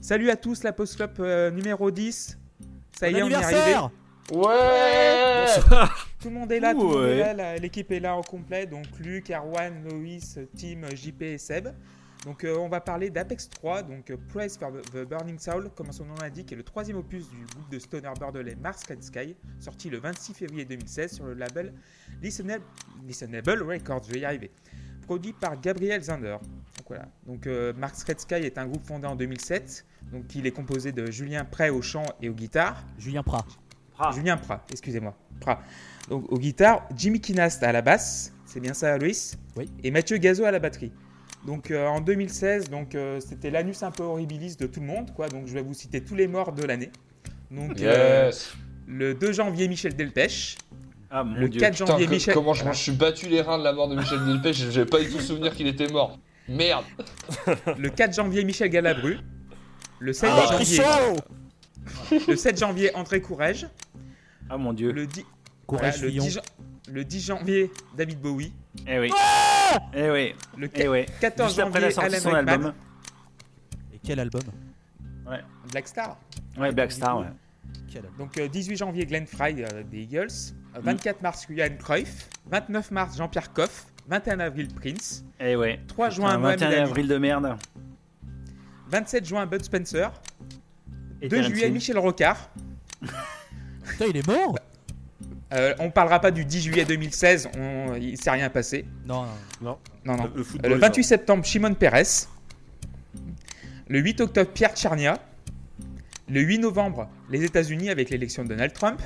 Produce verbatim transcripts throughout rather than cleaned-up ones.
Salut à tous, la Post Club euh, numéro dix. Ça y Bon est, on y est arrivé. anniversaire. Ouais. Tout le monde est là, Ouh, tout le monde ouais. est là, la- l'équipe est là au complet. Donc Luc, Erwan, Loïs, Tim, J P et Seb. Donc euh, on va parler d'Apex trois, donc euh, Praise for the Burning Soul, comme son nom l'indique, est le troisième opus du groupe de stoner bordelais Mars Red Sky, sorti le vingt-six février deux mille seize sur le label Listenable, Listenable Records, je vais y arriver. Produit par Gabriel Zinder. Donc voilà. Donc euh, Mars Red Sky est un groupe fondé en deux mille sept. Donc il est composé de Julien Pray au chant et aux guitares. Julien Prat. Ah. Julien Prat, excusez-moi. Prat. Donc aux guitares, Jimmy Kinast à la basse, c'est bien ça, Loïs ? Oui. Et Mathieu Gazo à la batterie. Donc euh, en deux mille seize, donc euh, c'était l'anus un peu horribilis de tout le monde, quoi. Donc je vais vous citer tous les morts de l'année. Donc euh, Yes. le deux janvier, Michel Delpech. Ah mon Le dieu. quatre Putain, janvier, que- Michel. comment je me suis battu les reins de la mort de Michel Delpech, j'avais pas du tout souvenir qu'il était mort. Merde. Le quatre janvier, Michel Galabru. Le sept Ah, janvier. chaud. Le sept janvier, André Courrèges. Ah mon dieu. Le dix, Courage voilà, le, Fillon. dix jan- le dix janvier, David Bowie. Eh oui. Eh oui. Le Eh ouais. quatorze Juste après la janvier, sortie de Alan son Rickman. album. Et quel album? Black Star. Ouais, Blackstar, ouais. Quel album? Donc euh, dix-huit janvier, Glenn Fry euh, des Eagles. Euh, vingt-quatre mars, Johan Cruyff. vingt-neuf mars, Jean-Pierre Coff. vingt et un avril, Prince. Eh ouais. trois Putain, juin, Mohamed vingt et un Ali. avril de merde. vingt-sept juin, Bud Spencer. Et deux juillet, Tarantino. Michel Rocard. Putain, il est mort? Euh, on parlera pas du dix juillet deux mille seize, on, il s'est rien passé. Non, non. Non, non. Le Euh, football, le vingt-huit septembre, Shimon Peres. Le huit octobre, Pierre Tchernia. Le huit novembre, les États-Unis avec l'élection de Donald Trump.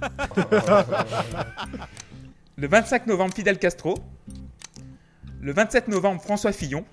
Le vingt-cinq novembre, Fidel Castro. Le vingt-sept novembre, François Fillon.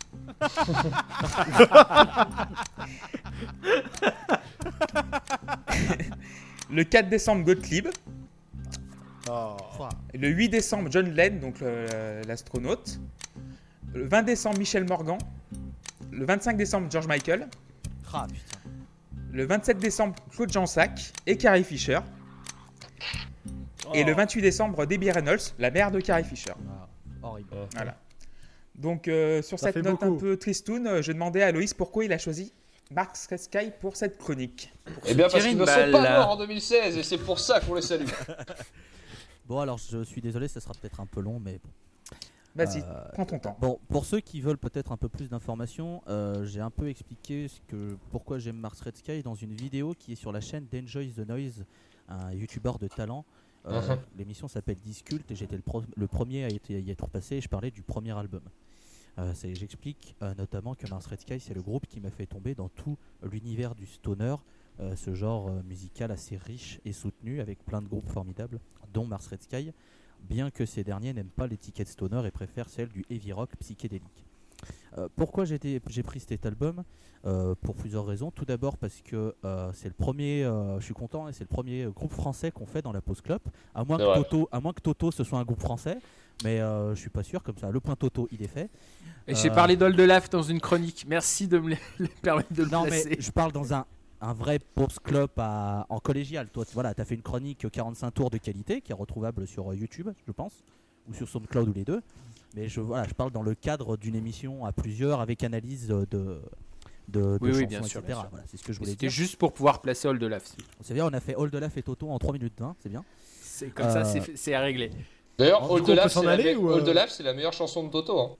Le quatre décembre, Gottlieb. Oh. Ouah. Le huit décembre, John Lennon, donc le- l'astronaute. Le vingt décembre, Michel Morgan. Le vingt-cinq décembre, George Michael. Ah putain. Le vingt-sept décembre, Claude Jansac et Carrie Fisher. Et le vingt-huit décembre, Debbie Reynolds, la mère de Carrie Fisher. Ah, horrible. Voilà. Donc, euh, sur Ça cette fait note beaucoup. un peu tristoune, euh, je demandais à Loïs pourquoi il a choisi Mark Sky pour cette chronique. Eh bien, parce tirer qu'ils une ne sont balle. pas morts en deux mille seize et c'est pour ça qu'on les salue. Bon, alors je suis désolé, ça sera peut-être un peu long, mais bon. Vas-y, Euh, prends ton temps. Bon, pour ceux qui veulent peut-être un peu plus d'informations, euh, j'ai un peu expliqué ce que, pourquoi j'aime Mars Red Sky dans une vidéo qui est sur la chaîne d'Enjoy the Noise, un youtubeur de talent. Euh, Mhm. L'émission s'appelle Discult et j'étais le, pro- le premier à été- y être passé et je parlais du premier album. Euh, c'est- J'explique euh, notamment que Mars Red Sky, c'est le groupe qui m'a fait tomber dans tout l'univers du stoner, euh, ce genre euh, musical assez riche et soutenu avec plein de groupes formidables, dont Mars Red Sky, bien que ces derniers n'aiment pas l'étiquette stoner et préfèrent celle du heavy rock psychédélique. Euh, pourquoi j'ai été- j'ai pris cet album? Euh, Pour plusieurs raisons. Tout d'abord parce que euh, c'est le premier, euh, je suis content, et c'est le premier groupe français qu'on fait dans la Pause Club. À moins, C'est que vrai. Toto, à moins que Toto ce soit un groupe français, mais euh, je suis pas sûr. Comme ça, le point Toto, il est fait. Et j'ai Euh, parlé d'Oldelaf dans une chronique. Merci de me le- le permettre de le Non, placer. mais je parle dans un, un vrai Pause Club à- en collégial. Toi, tu voilà, as fait une chronique quarante-cinq tours de qualité qui est retrouvable sur euh, YouTube, je pense, ou sur SoundCloud ou les deux. Mais je, voilà, je parle dans le cadre d'une émission à plusieurs avec analyse de, de, de Oui, oui, chansons, bien sûr, et cetera. bien sûr. Voilà, c'est ce que je voulais C'était dire. juste pour pouvoir placer Oldelaf. C'est bien, on a fait All de Laf et Toto en trois minutes, hein, c'est bien. C'est comme ça, Euh, c'est fait- c'est à régler. D'ailleurs, Du coup, All on the peut Laf, s'en c'est la, aller me- ou, euh All the Laf, c'est la meilleure chanson de Toto. Hein.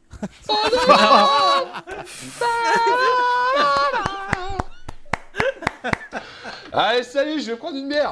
Allez, salut, je vais prendre une bière.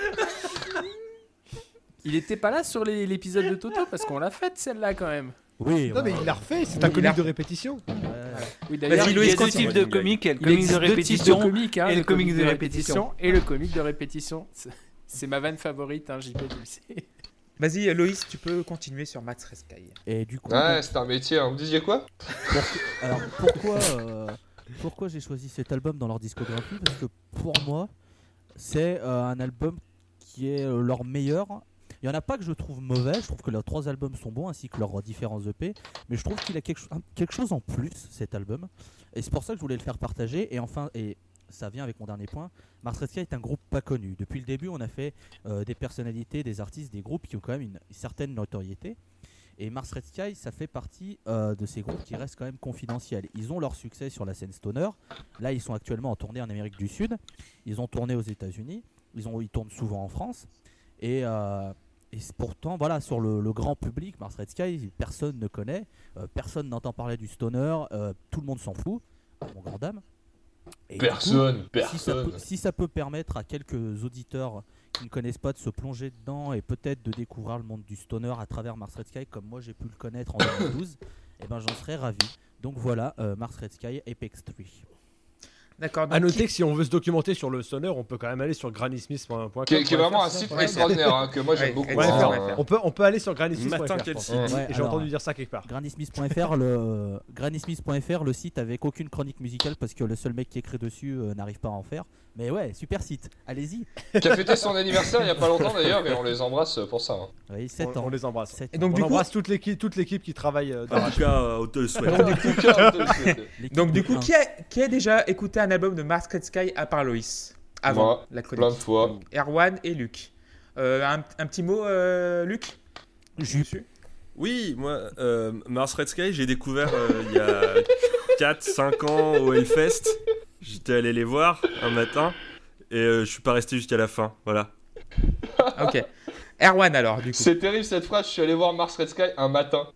Il était pas là sur les- l'épisode de Toto parce qu'on l'a faite celle-là quand même. Oui, Non, mais il l'a refait, c'est Oui, un il comique a- de répétition. Oui, d'ailleurs, Vas-y, il Loïs, y a deux continue. types types de comiques, il y a le Il comique existe de deux types de répétition comiques, hein, et le comique de répétition et le comique de répétition. C'est- C'est ma vanne favorite, hein, J P, tu le sais. Vas-y, Loïs, tu peux continuer sur Max Sky. Et du coup, Ouais, donc, c'est un métier. Hein. Vous disiez quoi? alors pourquoi, euh, pourquoi j'ai choisi cet album dans leur discographie? Parce que pour moi, c'est euh, un album qui est euh, leur meilleur. Il n'y en a pas que je trouve mauvais, je trouve que leurs trois albums sont bons ainsi que leurs différents E P, mais je trouve qu'il a quelque, cho- un- quelque chose en plus cet album, et c'est pour ça que je voulais le faire partager. Et enfin, et ça vient avec mon dernier point, Mars Red Sky est un groupe pas connu. Depuis le début, on a fait euh, des personnalités, des artistes, des groupes qui ont quand même une, une certaine notoriété. Et Mars Red Sky, ça fait partie euh, de ces groupes qui restent quand même confidentiels. Ils ont leur succès sur la scène stoner. Là, ils sont actuellement en tournée en Amérique du Sud. Ils ont tourné aux États-Unis. Ils, ont, ils tournent souvent en France. Et, euh, et pourtant, voilà, sur le, le grand public, Mars Red Sky, personne ne connaît. Euh, personne n'entend parler du stoner. Euh, tout le monde s'en fout, à mon grand dame. Et Personne, coup, personne. Si ça, peut, si ça peut permettre à quelques auditeurs qui ne connaissent pas de se plonger dedans et peut-être de découvrir le monde du stoner à travers Mars Red Sky comme moi j'ai pu le connaître en deux mille douze, et ben j'en serais ravi. Donc voilà, euh, Mars Red Sky Apex trois. D'accord. À donc noter qui- que si on veut se documenter sur le stoner, on peut quand même aller sur granny smith point com. Qui est, qui est vraiment un site extraordinaire, hein, que moi j'aime Ouais, beaucoup. ouais, hein. ouais, ouais. On peut, on peut aller sur granny smith point Matin, f r. quel je pense. site. Ouais, Et j'ai alors, entendu dire ça quelque part. granny smith point f r, le granny smith point f r, le site avec aucune chronique musicale parce que le seul mec qui écrit dessus euh, n'arrive pas à en faire. Mais ouais, super site. Allez-y. Qui a fêté son anniversaire il y a pas longtemps d'ailleurs, et on les embrasse pour ça. hein. Oui, sept On, ans. on les embrasse. sept Et donc, On du coup, embrasse toute l'équipe, toute l'équipe qui travaille euh, En d'arrache. tout cas, euh, on te le souhaite. donc, du coup, En tout cas, on te le souhaite. L'équipe donc, du de coup un. qui, a, qui a déjà écouté un album de Mars Red Sky à part Loïs avant Moi, la plein chronique? de fois. Erwan et Luc. Euh, un, un petit mot, euh, Luc Jupe. Oui, moi, euh, Mars Red Sky, j'ai découvert euh, il y a quatre cinq ans au Hellfest. J'étais allé les voir un matin et euh, je suis pas resté jusqu'à la fin. Voilà. Ok. Erwan alors, du coup. C'est terrible cette phrase, je suis allé voir Mars Red Sky un matin.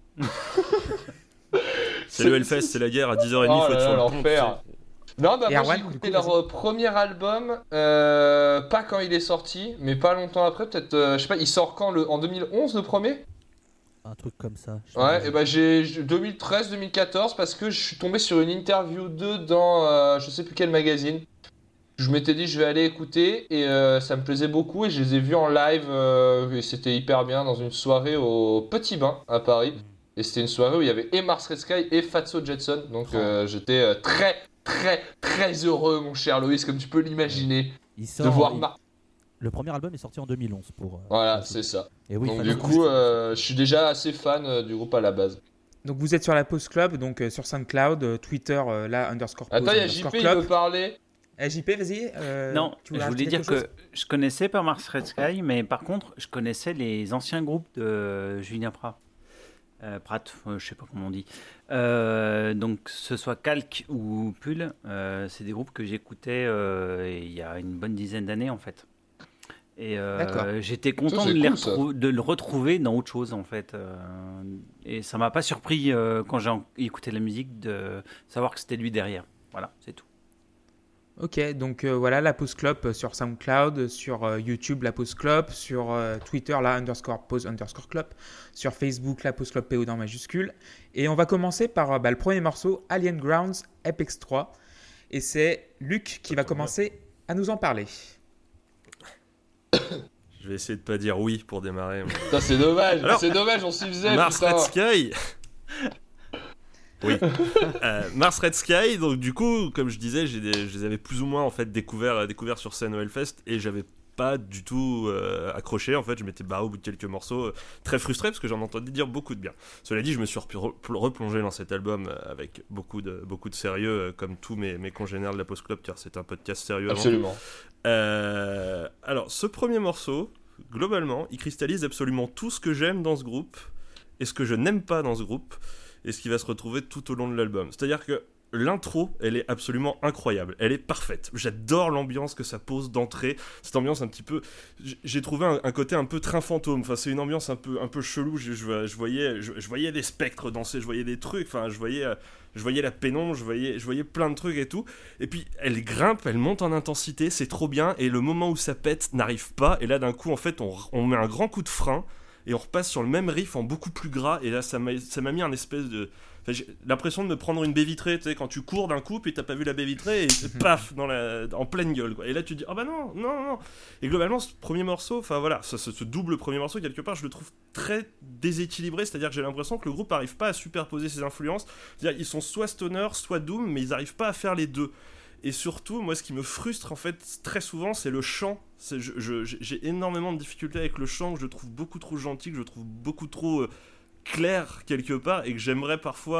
C'est le Hellfest, c'est la guerre à dix heures trente. Oh faut là être sur là, le pont, l'enfer. Non, bah Et moi Erwan, j'ai du écouté coup, leur vas-y. euh, premier album, euh, pas quand il est sorti, mais pas longtemps après, peut-être, euh, je sais pas, il sort quand le, en deux mille onze le premier? Un truc comme ça. je Ouais, sais et pas. bah j'ai j'ai- deux mille treize deux mille quatorze parce que je suis tombé sur une interview d'eux dans euh, je sais plus quel magazine. Je m'étais dit je vais aller écouter et euh, ça me plaisait beaucoup et je les ai vus en live euh, et c'était hyper bien dans une soirée au Petit Bain à Paris. Et c'était une soirée où il y avait et Mars Red Sky et Fatso Jetson. Donc euh, j'étais euh, très très très heureux mon cher Loïs comme tu peux l'imaginer Il de sort, voir il- Mar- Le premier album est sorti en deux mille onze pour. euh, Voilà, pour- c'est ça. Et oui, Donc fallait- du coup euh, je suis déjà assez fan euh, du groupe à la base. Donc vous êtes sur la Pause Club, donc euh, sur SoundCloud, euh, Twitter, euh, là, underscore pause, Attends, il y a underscore J P, il club. veut parler. Eh, J P, vas-y. euh, Non, tu je voulais voulais rajouter dire quelque que chose je connaissais pas Mars Red Sky, mais par contre, je connaissais les anciens groupes de Julien Prat. Euh, Pratt, euh, je sais pas comment on dit. Euh, donc, que ce soit Calque ou Pull, euh, c'est des groupes que j'écoutais euh, il y a une bonne dizaine d'années en fait. Et D'accord. euh, j'étais content Ça, de, c'est les cool, ça. retrou- de le retrouver dans autre chose en fait. Euh, et ça m'a pas surpris euh, quand j'ai en- écouté la musique de savoir que c'était lui derrière. Voilà, c'est tout. Ok, donc euh, voilà, la Pause Club euh, sur SoundCloud, sur euh, YouTube, la Pause Club, sur euh, Twitter, la underscore pause underscore club, sur Facebook, la Pause Club P O dans majuscule. Et on va commencer par euh, bah, le premier morceau, Alien Grounds Apex trois. Et c'est Luc qui va commencer à nous en parler. Je vais essayer de pas dire oui pour démarrer. mais- Putain, c'est dommage, Alors, c'est dommage, on s'y faisait. Mars putain. Red Sky. Oui. Euh, Mars Red Sky. Donc du coup, comme je disais, j'ai des- je les avais plus ou moins en fait découvert, découvert sur scène au Hellfest et j'avais pas du tout euh, accroché. En fait, je m'étais barré au bout de quelques morceaux, euh, très frustré parce que j'en entendais dire beaucoup de bien. Cela dit, je me suis repl- replongé dans cet album euh, avec beaucoup de beaucoup de sérieux, euh, comme tous mes, mes congénères de la Pause Club, car c'est un podcast sérieux. avant tout. Absolument. Euh, alors, ce premier morceau, globalement, il cristallise absolument tout ce que j'aime dans ce groupe et ce que je n'aime pas dans ce groupe et ce qui va se retrouver tout au long de l'album. C'est-à-dire que l'intro, elle est absolument incroyable, elle est parfaite. J'adore l'ambiance que ça pose d'entrée, cette ambiance un petit peu... j- J'ai trouvé un, un côté un peu train fantôme, enfin, c'est une ambiance un peu, un peu chelou, je, je, je voyais, je, je voyais des spectres danser, je voyais des trucs, enfin, je voyais... euh, Je voyais la pénombre, je voyais, je voyais plein de trucs et tout. Et puis, elle grimpe, elle monte en intensité, c'est trop bien. Et le moment où ça pète n'arrive pas. Et là, d'un coup, en fait, on, on met un grand coup de frein. Et on repasse sur le même riff en beaucoup plus gras. Et là, ça m'a, ça m'a mis un espèce de... Enfin, j'ai l'impression de me prendre une baie vitrée, tu sais, quand tu cours d'un coup, puis t'as pas vu la baie vitrée, et paf, dans la, en pleine gueule, quoi. Et là, tu te dis, ah bah non, non, non. Et globalement, ce premier morceau, enfin voilà, ce, ce, ce double premier morceau, quelque part, je le trouve très déséquilibré, c'est-à-dire que j'ai l'impression que le groupe arrive pas à superposer ses influences. C'est-à-dire, ils sont soit stoner, soit doom, mais ils arrivent pas à faire les deux. Et surtout, moi, ce qui me frustre, en fait, très souvent, c'est le chant. C'est, je, je, j'ai énormément de difficultés avec le chant, que je trouve beaucoup trop gentil, que je trouve beaucoup trop... Euh, clair quelque part et que j'aimerais parfois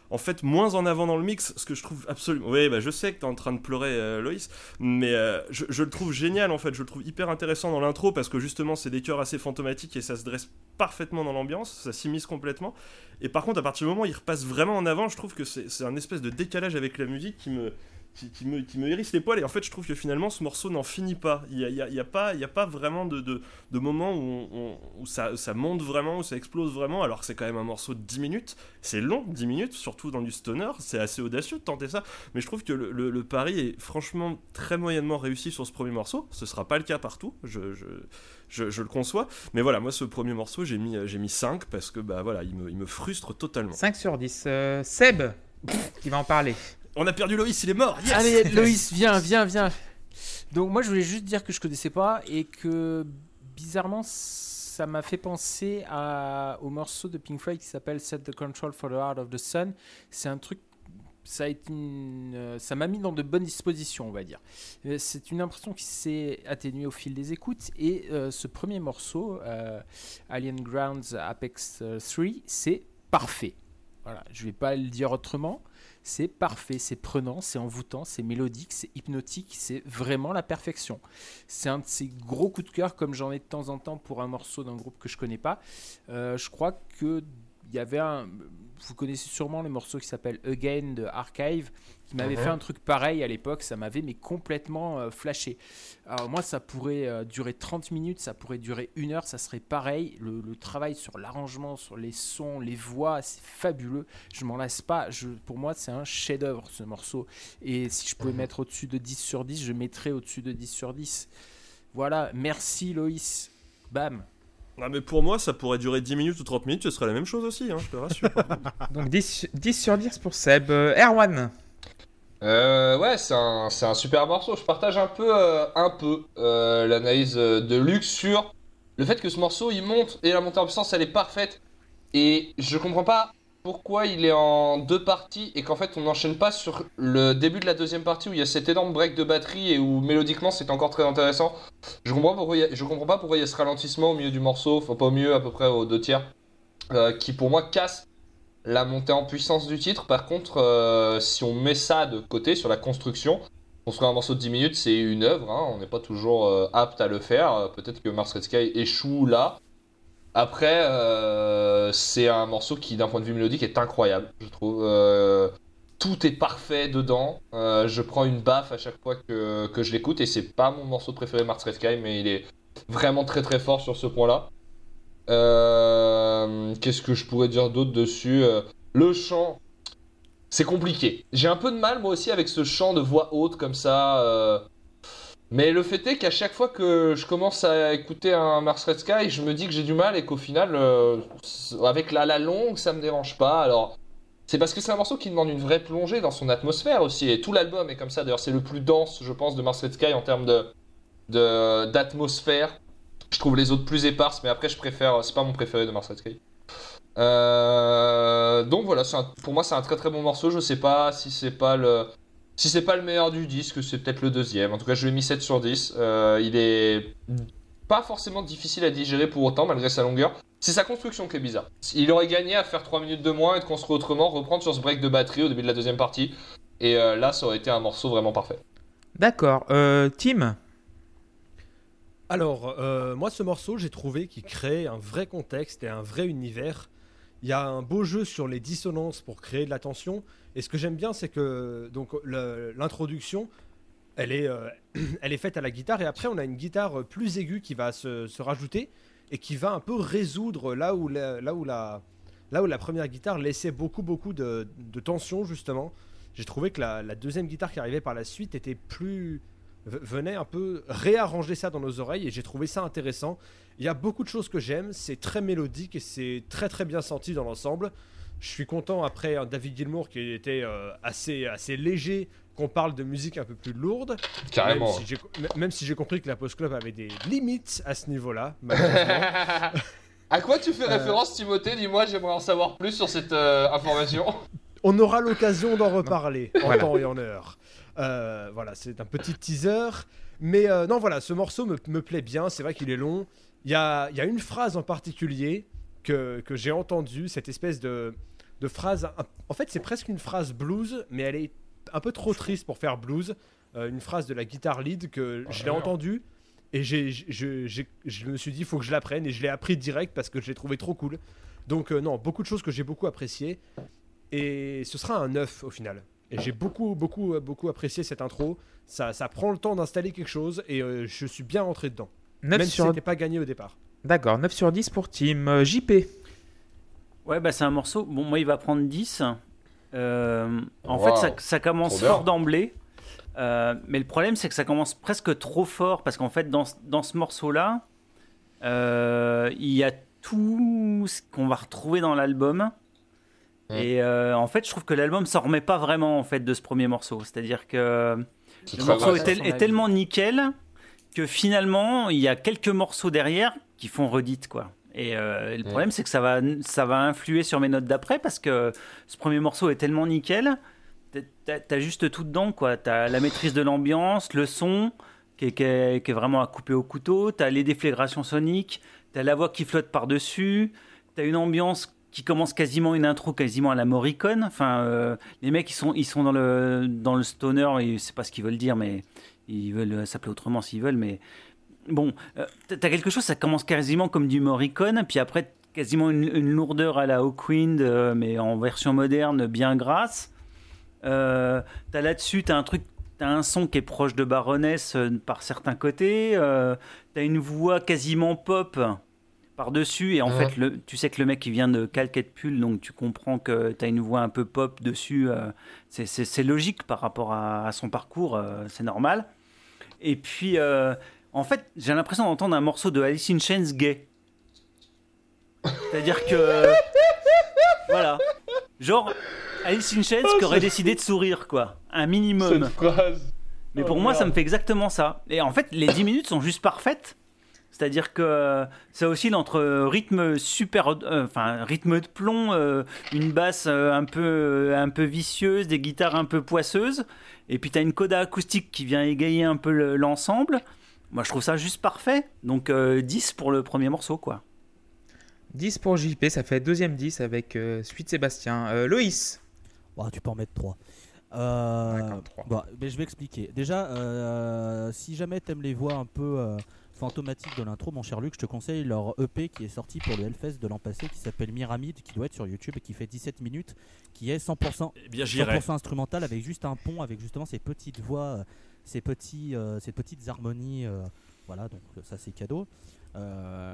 en fait moins en avant dans le mix, ce que je trouve absolument... Oui, bah, je sais que t'es en train de pleurer, euh, Loïs, mais euh, je, je le trouve génial, en fait. Je le trouve hyper intéressant dans l'intro, parce que justement, c'est des chœurs assez fantomatiques et ça se dresse parfaitement dans l'ambiance, ça s'immisce complètement. Et par contre, à partir du moment où il repasse vraiment en avant, je trouve que c'est, c'est un espèce de décalage avec la musique qui me... Qui, qui, me, qui me hérisse les poils, et en fait je trouve que finalement ce morceau n'en finit pas. Il n'y a, il y a, il y a, pas, il y a pas vraiment de, de, de moment où, on, on, où ça, ça monte vraiment, où ça explose vraiment, alors que c'est quand même un morceau de dix minutes. C'est long, dix minutes, surtout dans du stoner, c'est assez audacieux de tenter ça, mais je trouve que le, le, le pari est franchement très moyennement réussi sur ce premier morceau. Ce sera pas le cas partout, je, je, je, je le conçois, mais voilà, moi ce premier morceau j'ai mis, j'ai mis cinq parce que bah, voilà, il, me, il me frustre totalement. cinq sur dix. Euh, Seb, qui va en parler. On a perdu Loïs, il est mort. Yes. Allez, Loïs, viens, viens, viens. Donc moi, je voulais juste dire que je connaissais pas et que bizarrement, ça m'a fait penser à, au morceau de Pink Floyd qui s'appelle Set the Control for the Heart of the Sun. C'est un truc, ça a été une, ça m'a mis dans de bonnes dispositions, on va dire. C'est une impression qui s'est atténuée au fil des écoutes et euh, ce premier morceau, euh, Alien Grounds Apex trois, c'est parfait. Voilà, je vais pas le dire autrement. C'est parfait, c'est prenant, c'est envoûtant, c'est mélodique, c'est hypnotique, c'est vraiment la perfection. C'est un de ces gros coups de cœur comme j'en ai de temps en temps pour un morceau d'un groupe que je connais pas. Euh, je crois que il y avait un... Vous connaissez sûrement le morceau qui s'appelle Again de Archive, qui m'avait mmh. fait un truc pareil à l'époque, ça m'avait mais complètement euh, flashé. Alors moi, ça pourrait euh, durer trente minutes, ça pourrait durer une heure, ça serait pareil. Le, le travail sur l'arrangement, sur les sons, les voix, c'est fabuleux. Je m'en lasse pas. Je, pour moi, c'est un chef-d'œuvre ce morceau. Et si je pouvais mmh. mettre au-dessus de dix sur dix, je mettrais au-dessus de dix sur dix. Voilà, merci Loïs. Bam. Ah mais pour moi ça pourrait durer dix minutes ou trente minutes, ce serait la même chose aussi, hein, je te rassure. Donc dix, dix sur dix pour Seb. euh, Erwan. Euh, ouais, c'est un, c'est un super morceau. Je partage un peu, euh, un peu euh, l'analyse de Luc sur le fait que ce morceau il monte et la montée en puissance elle est parfaite. Et je comprends pas pourquoi il est en deux parties et qu'en fait on n'enchaîne pas sur le début de la deuxième partie où il y a cet énorme break de batterie et où mélodiquement c'est encore très intéressant. Je comprends, pourquoi il y a, je comprends pas pourquoi il y a ce ralentissement au milieu du morceau, enfin pas au milieu, à peu près aux deux tiers, euh, qui pour moi casse la montée en puissance du titre. Par contre, euh, si on met ça de côté sur la construction, construire un morceau de dix minutes c'est une œuvre, hein, on n'est pas toujours euh, apte à le faire. Peut-être que Mars Red Sky échoue là. Après, euh, c'est un morceau qui, d'un point de vue mélodique, est incroyable, je trouve. Euh, tout est parfait dedans. Euh, je prends une baffe à chaque fois que, que je l'écoute, et c'est pas mon morceau préféré, Mars Red Sky, mais il est vraiment très très fort sur ce point-là. Euh, qu'est-ce que je pourrais dire d'autre dessus ? euh, Le chant, c'est compliqué. J'ai un peu de mal, moi aussi, avec ce chant de voix haute comme ça. Euh... Mais le fait est qu'à chaque fois que je commence à écouter un Mars Red Sky, je me dis que j'ai du mal et qu'au final, euh, avec la, la longue, ça me dérange pas. Alors, c'est parce que c'est un morceau qui demande une vraie plongée dans son atmosphère aussi. Et tout l'album est comme ça. D'ailleurs, c'est le plus dense, je pense, de Mars Red Sky en termes de, de, d'atmosphère. Je trouve les autres plus éparses, mais après, je préfère. C'est pas mon préféré de Mars Red Sky. Euh, donc voilà, c'est un, pour moi, c'est un très très bon morceau. Je sais pas si c'est pas le. Si c'est pas le meilleur du disque, c'est peut-être le deuxième. En tout cas, je lui ai mis sept sur dix. Euh, il est pas forcément difficile à digérer pour autant, malgré sa longueur. C'est sa construction qui est bizarre. Il aurait gagné à faire trois minutes de moins et de construire autrement, reprendre sur ce break de batterie au début de la deuxième partie. Et euh, là, ça aurait été un morceau vraiment parfait. D'accord. Euh, Tim ? Alors, euh, moi, ce morceau, j'ai trouvé qu'il crée un vrai contexte et un vrai univers. Il y a un beau jeu sur les dissonances pour créer de la tension. Et ce que j'aime bien, c'est que donc, le, l'introduction, elle est, euh, elle est faite à la guitare. Et après, on a une guitare plus aiguë qui va se, se rajouter et qui va un peu résoudre là où la, là où la, là où la première guitare laissait beaucoup, beaucoup de, de tension, justement. J'ai trouvé que la, la deuxième guitare qui arrivait par la suite était plus... venait un peu réarranger ça dans nos oreilles. Et j'ai trouvé ça intéressant. Il y a beaucoup de choses que j'aime. C'est très mélodique et c'est très, très bien senti dans l'ensemble. Je suis content après un David Gilmour qui était euh, assez, assez léger, qu'on parle de musique un peu plus lourde. Carrément. Même si j'ai, même si j'ai compris que la Post Club avait des limites à ce niveau-là, malheureusement. À quoi tu fais référence, euh... Timothée ? Dis-moi, j'aimerais en savoir plus sur cette euh, information. On aura l'occasion d'en reparler en temps et en heure. Euh, voilà, c'est un petit teaser. Mais euh, non, voilà, ce morceau me, me plaît bien. C'est vrai qu'il est long. Il y a, il y a une phrase en particulier que, que j'ai entendue, cette espèce de, de phrases. En fait, c'est presque une phrase blues, mais elle est un peu trop triste pour faire blues. Euh, une phrase de la guitare lead que Ah, je l'ai ouais. entendue et j'ai, j'ai, j'ai- je me suis dit, il faut que je l'apprenne et je l'ai appris direct parce que je l'ai trouvé trop cool. Donc, euh, non, beaucoup de choses que j'ai beaucoup appréciées. Et ce sera un neuf au final. Et j'ai beaucoup, beaucoup, euh, beaucoup apprécié cette intro. Ça, ça prend le temps d'installer quelque chose et euh, je suis bien rentré dedans. neuf Même si sur... c'était pas gagné au départ. D'accord, neuf sur dix pour Team euh, J P. Ouais, bah c'est un morceau. Bon, moi, il va prendre dix. Euh, en Wow. fait, ça, ça commence Trop bien. fort d'emblée. Euh, mais le problème, c'est que ça commence presque trop fort. Parce qu'en fait, dans, ce- dans ce morceau-là, euh, il y a tout ce qu'on va retrouver dans l'album. Mm. Et euh, en fait, je trouve que l'album s'en remet pas vraiment en fait, de ce premier morceau. C'est-à-dire que C'est le très morceau vrai. est, tel- son est avis. tellement nickel que finalement, il y a quelques morceaux derrière qui font redite, quoi. Et euh, le Mm. problème, c'est que ça va, ça va influer sur mes notes d'après parce que ce premier morceau est tellement nickel. t'as- T'as t'as juste tout dedans, quoi. T'as la maîtrise de l'ambiance, le son qui est, qui est- qui est vraiment à couper au couteau. T'as les déflagrations soniques. T'as la voix qui flotte par-dessus. T'as une ambiance qui commence quasiment une intro quasiment à la Morricone. Enfin, euh, les mecs, ils sont, ils sont dans le, dans le stoner. Et c'est pas ce qu'ils veulent dire, mais ils veulent s'appeler autrement s'ils veulent. Mais bon, euh, t'as t'as quelque chose, ça commence quasiment comme du Morricone. Puis après, quasiment une, une lourdeur à la Hawkwind, euh, mais en version moderne, bien grasse. Euh, t'as là-dessus, t'as un truc, t'as un son qui est proche de Baroness euh, par certains côtés. Euh, t'as une voix quasiment pop par-dessus. Et en Mhm. fait, le, tu sais que le mec il vient de Calquette Pull, donc tu comprends que t'as une voix un peu pop dessus. euh, c'est, c'est- c'est logique par rapport à, à son parcours, euh, c'est normal. Et puis, euh, en fait, j'ai l'impression d'entendre un morceau de Alice in Chains gay. C'est-à-dire que. Voilà. Genre, Alice in Chains qui aurait décidé de sourire, quoi. Un minimum. Cette phrase. Mais pour Oh, moi, ça merde. me fait exactement ça. Et en fait, les dix minutes sont juste parfaites. C'est-à-dire que euh, ça oscille entre rythme super, euh, enfin rythme de plomb, euh, une basse euh, un peu, euh, un peu vicieuse, des guitares un peu poisseuses, et puis t'as une coda acoustique qui vient égayer un peu le- l'ensemble. Moi, je trouve ça juste parfait. Donc euh, dix pour le premier morceau, quoi. dix pour J P, ça fait deuxième dix avec euh, Suite Sébastien. Euh, Loïs. Bah, tu peux en mettre trois. Euh, D'accord, trois. bon, mais je vais expliquer. Déjà, euh, si jamais t'aimes les voix un peu euh, fantomatiques de l'intro, mon cher Luc, je te conseille leur E P qui est sorti pour le Hellfest de l'an passé, qui s'appelle Myramide, qui doit être sur YouTube et qui fait dix-sept minutes, qui est cent pour cent, Eh bien, cent j'irai. pour cent instrumental avec juste un pont, avec justement ces petites voix, euh, ces, petits, euh, ces petites harmonies. euh, voilà, donc ça c'est cadeau. Euh,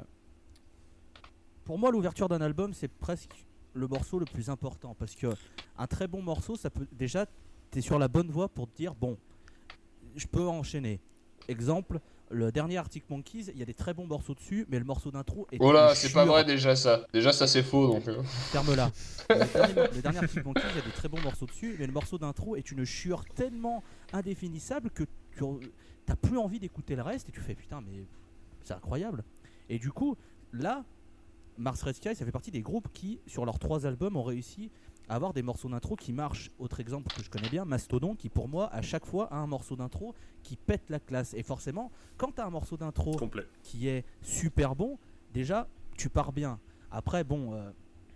pour moi, l'ouverture d'un album, c'est presque le morceau le plus important parce que un très bon morceau, ça peut déjà, t'es sur la bonne voie pour te dire bon, je peux enchaîner. Exemple, le dernier Arctic Monkeys, il y a des très bons morceaux dessus, mais le morceau d'intro est Oh là, une c'est pas chure. vrai déjà ça. Déjà ça c'est faux donc. euh. Ferme-la. Le dernier, le dernier Arctic Monkeys, il y a des très bons morceaux dessus, mais le morceau d'intro est une chure tellement indéfinissable que tu n'as plus envie d'écouter le reste et tu fais putain, mais c'est incroyable. Et du coup, là, Mars Red Sky, ça fait partie des groupes qui, sur leurs trois albums, ont réussi à avoir des morceaux d'intro qui marchent. Autre exemple que je connais bien, Mastodon, qui pour moi, à chaque fois, a un morceau d'intro qui pète la classe. Et forcément, quand tu as un morceau d'intro Complet. qui est super bon, déjà, tu pars bien. Après, bon, euh,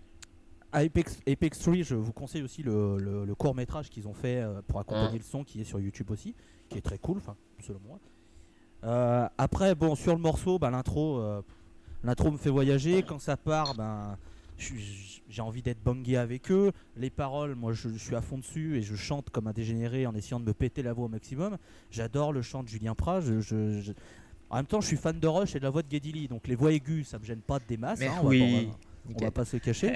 à Apex, Apex trois, je vous conseille aussi le, le- le court-métrage qu'ils ont fait euh, pour accompagner Mmh. le son, qui est sur YouTube aussi, qui est très cool, enfin, selon moi. Euh, après, bon, sur le morceau, bah, l'intro, euh, l'intro me fait voyager. Quand ça part, ben, je suis- j'ai envie d'être bangé avec eux. Les paroles, moi, je, je suis à fond dessus et je chante comme un dégénéré en essayant de me péter la voix au maximum. J'adore le chant de Julien Prat. Je, je- je- En même temps, je suis fan de Rush et de la voix de Geddy Lee, donc les voix aiguës, ça me gêne pas des masses. Mais hein, on va- oui. on va- on Nickel. va pas se cacher.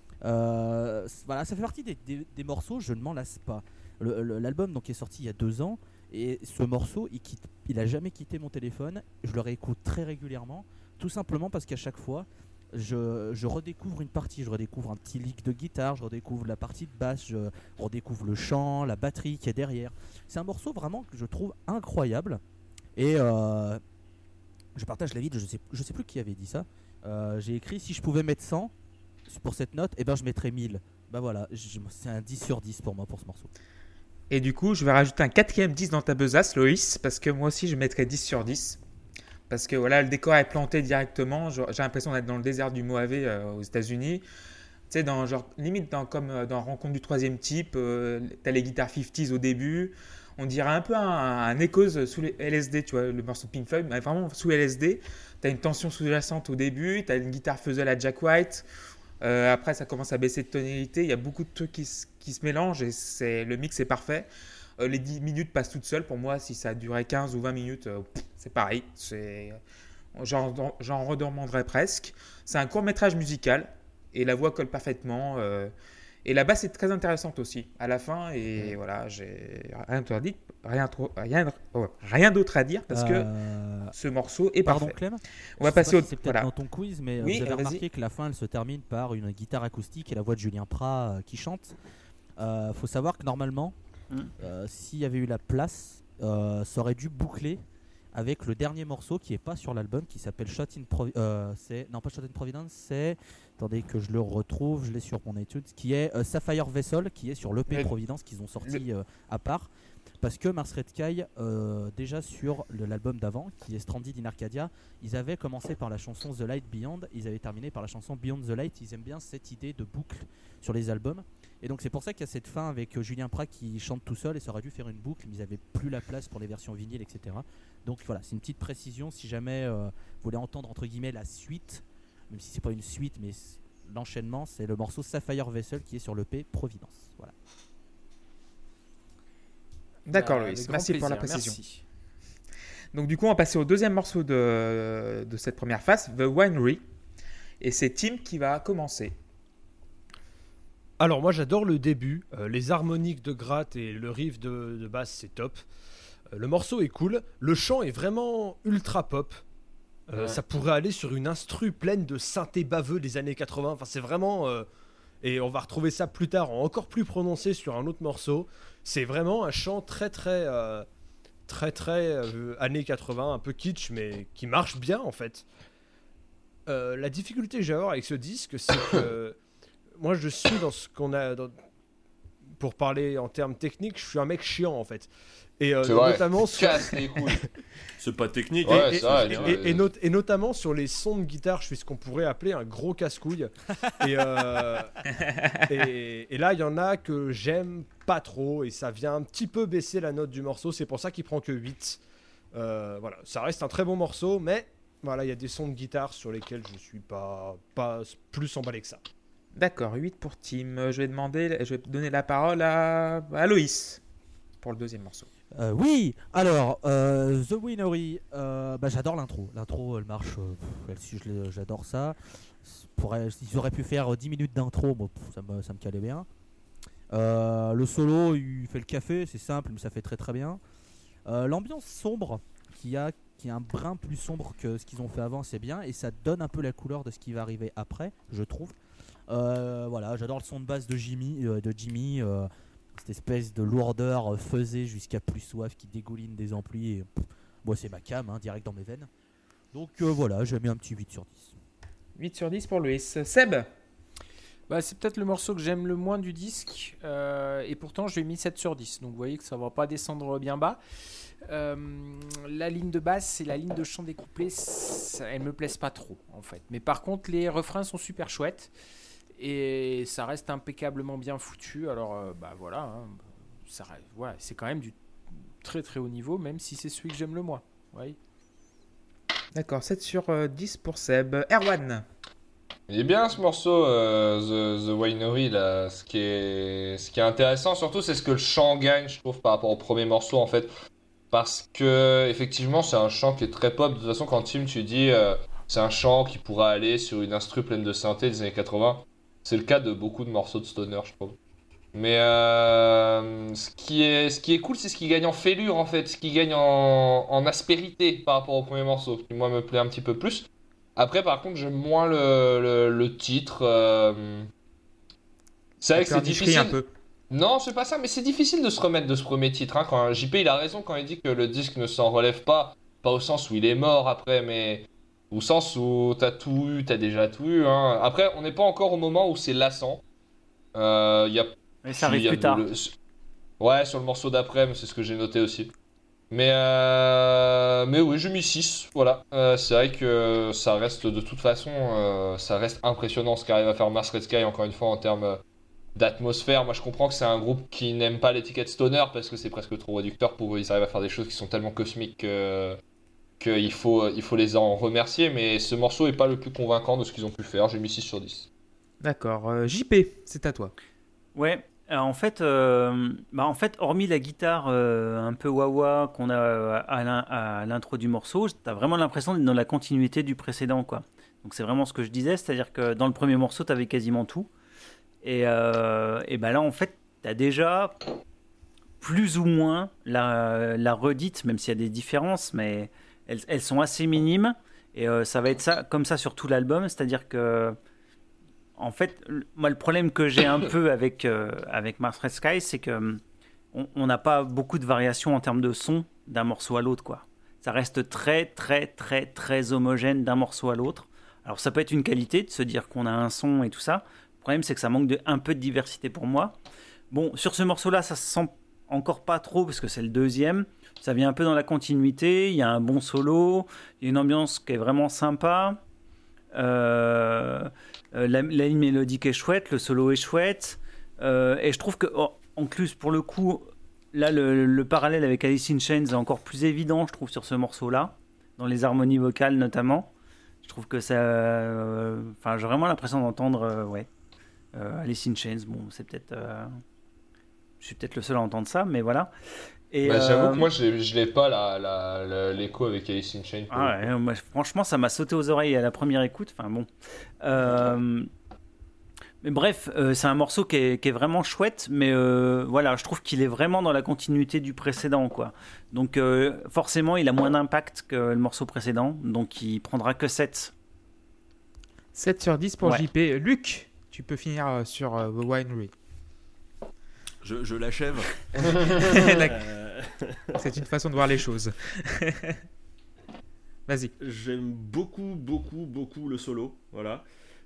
Euh, c- voilà, ça fait partie des, des- des morceaux, je ne m'en lasse pas. Le- le- L'album donc est sorti il y a deux ans et ce morceau, il quitte, il a jamais quitté mon téléphone. Je le réécoute très régulièrement, tout simplement parce qu'à chaque fois, je, je redécouvre une partie, je redécouvre un petit lick de guitare, je redécouvre la partie de basse, je redécouvre le chant, la batterie qui est derrière. C'est un morceau vraiment que je trouve incroyable et euh, je partage l'avis de je sais, je sais plus qui avait dit ça. Euh, j'ai écrit si je pouvais mettre cent pour cette note, et eh ben je mettrais mille. Bah voilà, je- c'est un dix sur dix pour moi pour ce morceau. Et du coup, je vais rajouter un quatrième dix dans ta besace, Loïs, parce que moi aussi, je mettrais dix sur dix. Parce que voilà, le décor est planté directement. Je- J'ai l'impression d'être dans le désert du Mojave euh, aux États-Unis. sais, dans, genre, limite dans, comme euh, dans Rencontre du troisième type, euh, t'as les guitares cinquantaines au début. On dirait un peu un, un Echoes sous les L S D, tu vois, le morceau de Pink Floyd, mais vraiment sous L S D. T'as une tension sous-jacente au début, t'as une guitare fuzzle à Jack White. Euh, après, ça commence à baisser de tonalité. Il y a beaucoup de trucs qui, s- qui se mélangent et c'est, le mix est parfait. Euh, les dix minutes passent toutes seules. Pour moi, si ça durait quinze ou vingt minutes, euh, pff, c'est pareil. C'est, j'en, j'en redemanderais presque. C'est un court métrage musical et la voix colle parfaitement. euh, et la basse est très intéressante aussi à la fin. Et voilà, j'ai rien d'autre à dire, rien, trop- rien, oh, rien d'autre à dire parce que Euh, ce morceau est Pardon parfait. Clem. On va Je sais passer pas au. si c'est peut-être Voilà. dans ton quiz, mais euh, Oui, vous avez vas-y. remarqué que la fin elle se termine par une guitare acoustique et la voix de Julien Prat euh, qui chante. Euh, faut savoir que normalement, Mm. euh, s'il y avait eu la place, euh, ça aurait dû boucler avec le dernier morceau qui est pas sur l'album, qui s'appelle Shot in Providence. Euh, c'est non pas Shot in Providence, c'est attendez que je le retrouve, je l'ai sur mon étude, qui est euh, Sapphire Vessel, qui est sur l'E P Le- Providence qu'ils ont sorti euh, à part. Parce que Mars Red Sky, euh, déjà sur le- l'album d'avant, qui est Stranded in Arcadia, ils avaient commencé par la chanson The Light Beyond, ils avaient terminé par la chanson Beyond the Light. Ils aiment bien cette idée de boucle sur les albums. Et donc c'est pour ça qu'il y a cette fin avec euh, Julien Prat qui chante tout seul, et ça aurait dû faire une boucle, mais ils n'avaient plus la place pour les versions vinyles, et cetera. Donc voilà, c'est une petite précision si jamais euh, vous voulez entendre entre guillemets la suite, même si c'est pas une suite, mais c- l'enchaînement, c'est le morceau Sapphire Vessel qui est sur l'E P Providence. Voilà. D'accord, Bah, Louis. avec Merci grand pour la plaisir, précision. merci. Donc du coup, on va passer au deuxième morceau de, de cette première phase, The Winery. Et c'est Tim qui va commencer. Alors moi j'adore le début, euh, les harmoniques de gratte et le riff de, de basse c'est top. Euh, le morceau est cool, le chant est vraiment ultra pop. Euh, Ouais. Ça pourrait aller sur une instru pleine de synthé baveux des années quatre-vingts. Enfin c'est vraiment... euh, et on va retrouver ça plus tard en encore plus prononcé sur un autre morceau. C'est vraiment un chant très très... euh, très très euh, années quatre-vingts, un peu kitsch mais qui marche bien en fait. Euh, la difficulté que j'ai à avoir avec ce disque c'est que... Moi, je suis dans ce qu'on a. Dans- pour parler en termes techniques, je suis un mec chiant en fait. Et euh, C'est vrai. notamment sur. Casse les couilles. C'est pas technique. Ouais, et, c'est vrai, et- tu vois, et- et not- et notamment sur les sons de guitare, je suis ce qu'on pourrait appeler un gros casse-couille. Et, euh, et, et là, il y en a que j'aime pas trop et ça vient un petit peu baisser la note du morceau. C'est pour ça qu'il prend que huit. Euh, voilà, ça reste un très bon morceau, mais voilà, il y a des sons de guitare sur lesquels je suis pas, pas plus emballé que ça. D'accord, huit pour Tim. Euh, Je vais demander, je vais donner la parole à, à Loïs pour le deuxième morceau. Euh, oui, alors, euh, The Winery, euh, bah, j'adore l'intro. L'intro, elle marche, euh, pff, elle- si je l'ai- j'adore ça. C'est pour- ils auraient pu faire euh, dix minutes d'intro, bon, pff, ça, me, ça me calait bien. Euh, le solo, il fait le café, c'est simple, mais ça fait très très bien. Euh, L'ambiance sombre, qui a, qui est un brin plus sombre que ce qu'ils ont fait avant, c'est bien. Et ça donne un peu la couleur de ce qui va arriver après, je trouve. Euh, voilà, j'adore le son de basse de Jimmy, euh, de Jimmy euh, cette espèce de lourdeur euh, faisée jusqu'à plus soif qui dégouline des amplis. Et, pff, moi, c'est ma cam, hein, direct dans mes veines. Donc euh, voilà, j'ai mis un petit huit sur dix. huit sur dix pour Loïs. Seb. Bah, c'est peut-être le morceau que j'aime le moins du disque, euh, et pourtant je lui ai mis sept sur dix, donc vous voyez que ça va pas descendre bien bas. Euh, la ligne de basse et la ligne de chant des couplets, ça, elles me plaisent pas trop en fait. Mais par contre, les refrains sont super chouettes et ça reste impeccablement bien foutu. Alors euh, bah voilà, hein, ça, reste- voilà, c'est quand même du très très haut niveau, même si c'est celui que j'aime le moins. Ouais. D'accord, sept sur euh, dix pour Seb. Erwan. Il est bien ce morceau, euh, The, The Winery, là. Ce qui est, ce qui est intéressant, surtout, c'est ce que le chant gagne, je trouve, par rapport au premier morceau, en fait. Parce que, effectivement, c'est un chant qui est très pop. De toute façon, quand Tim, tu dis, euh, c'est un chant qui pourra aller sur une instru pleine de synthé des années quatre-vingts, c'est le cas de beaucoup de morceaux de stoner, je trouve. Mais euh, ce, qui est, ce qui est cool, c'est ce qui gagne en fêlure, en fait. Ce qui gagne en, en aspérité par rapport au premier morceau, qui, moi, me plaît un petit peu plus. Après, par contre, j'aime moins le, le, le titre. euh, C'est vrai que c'est difficile. un peu. Non, c'est pas ça, mais c'est difficile de se remettre de ce premier titre. Hein, quand J P, il a raison quand il dit que le disque ne s'en relève pas. Pas au sens où il est mort après, mais au sens où t'as tout eu, t'as déjà tout eu. Hein. Après, on n'est pas encore au moment où c'est lassant. Euh, y a, Mais ça il arrive y a plus tard. le- Ouais, sur le morceau d'après, mais c'est ce que j'ai noté aussi. Mais, euh, mais oui, j'ai mis six. Voilà. Euh, c'est vrai que ça reste de toute façon, euh, ça reste impressionnant ce qu'arrive à faire Mars Red Sky, encore une fois, en termes d'atmosphère. Moi, je comprends que c'est un groupe qui n'aime pas l'étiquette stoner parce que c'est presque trop réducteur pour eux. Ils arrivent à faire des choses qui sont tellement cosmiques que, qu'il faut, il faut les en remercier. Mais ce morceau est pas le plus convaincant de ce qu'ils ont pu faire. J'ai mis six sur dix. D'accord. Euh, J P, c'est à toi. Ouais, alors en fait, euh, bah en fait, hormis la guitare euh, un peu wah-wah qu'on a euh, à l'in- à l'intro du morceau, t'as vraiment l'impression d'être dans la continuité du précédent, quoi. Donc c'est vraiment ce que je disais, c'est-à-dire que dans le premier morceau, t'avais quasiment tout. Et, euh, et bah là, en fait, t'as déjà plus ou moins la, la redite, même s'il y a des différences, mais elles, elles sont assez minimes. Et euh, ça va être ça, comme ça sur tout l'album, c'est-à-dire que en fait, le- moi, le problème que j'ai un peu avec, euh, avec Mars Red Sky, c'est que hum, on on n'a pas beaucoup de variations en termes de son d'un morceau à l'autre, quoi. Ça reste très, très, très, très homogène d'un morceau à l'autre. Alors, ça peut être une qualité de se dire qu'on a un son et tout ça. Le problème, c'est que ça manque de, un peu de diversité pour moi. Bon, sur ce morceau-là, ça se sent encore pas trop parce que c'est le deuxième. Ça vient un peu dans la continuité. Il y a un bon solo. Il y a une ambiance qui est vraiment sympa. Euh, euh, la, la ligne mélodique est chouette, le solo est chouette, euh, et je trouve que oh, en plus pour le coup là le, le parallèle avec Alice in Chains est encore plus évident, je trouve, sur ce morceau là, dans les harmonies vocales notamment. Je trouve que ça euh, enfin j'ai vraiment l'impression d'entendre euh, ouais euh, Alice in Chains. Bon, c'est peut-être euh, je suis peut-être le seul à entendre ça, mais voilà. Et Bah, j'avoue euh, que moi, j'ai- je l'ai pas la, la- la- l'écho avec Alice in Chains. pour le ah ouais, moi, franchement, ça m'a sauté aux oreilles à la première écoute. Enfin bon. Euh, mais bref, euh, c'est un morceau qui est, qui est vraiment chouette, mais euh, voilà, je trouve qu'il est vraiment dans la continuité du précédent, quoi. Donc euh, forcément, il a moins d'impact que le morceau précédent, donc il prendra que sept. sept sur dix pour Ouais. J P. Luc, tu peux finir euh, sur euh, The Winery. Je, je l'achève. D'accord. Euh, C'est une façon de voir les choses. Vas-y. J'aime beaucoup, beaucoup, beaucoup le solo, voilà.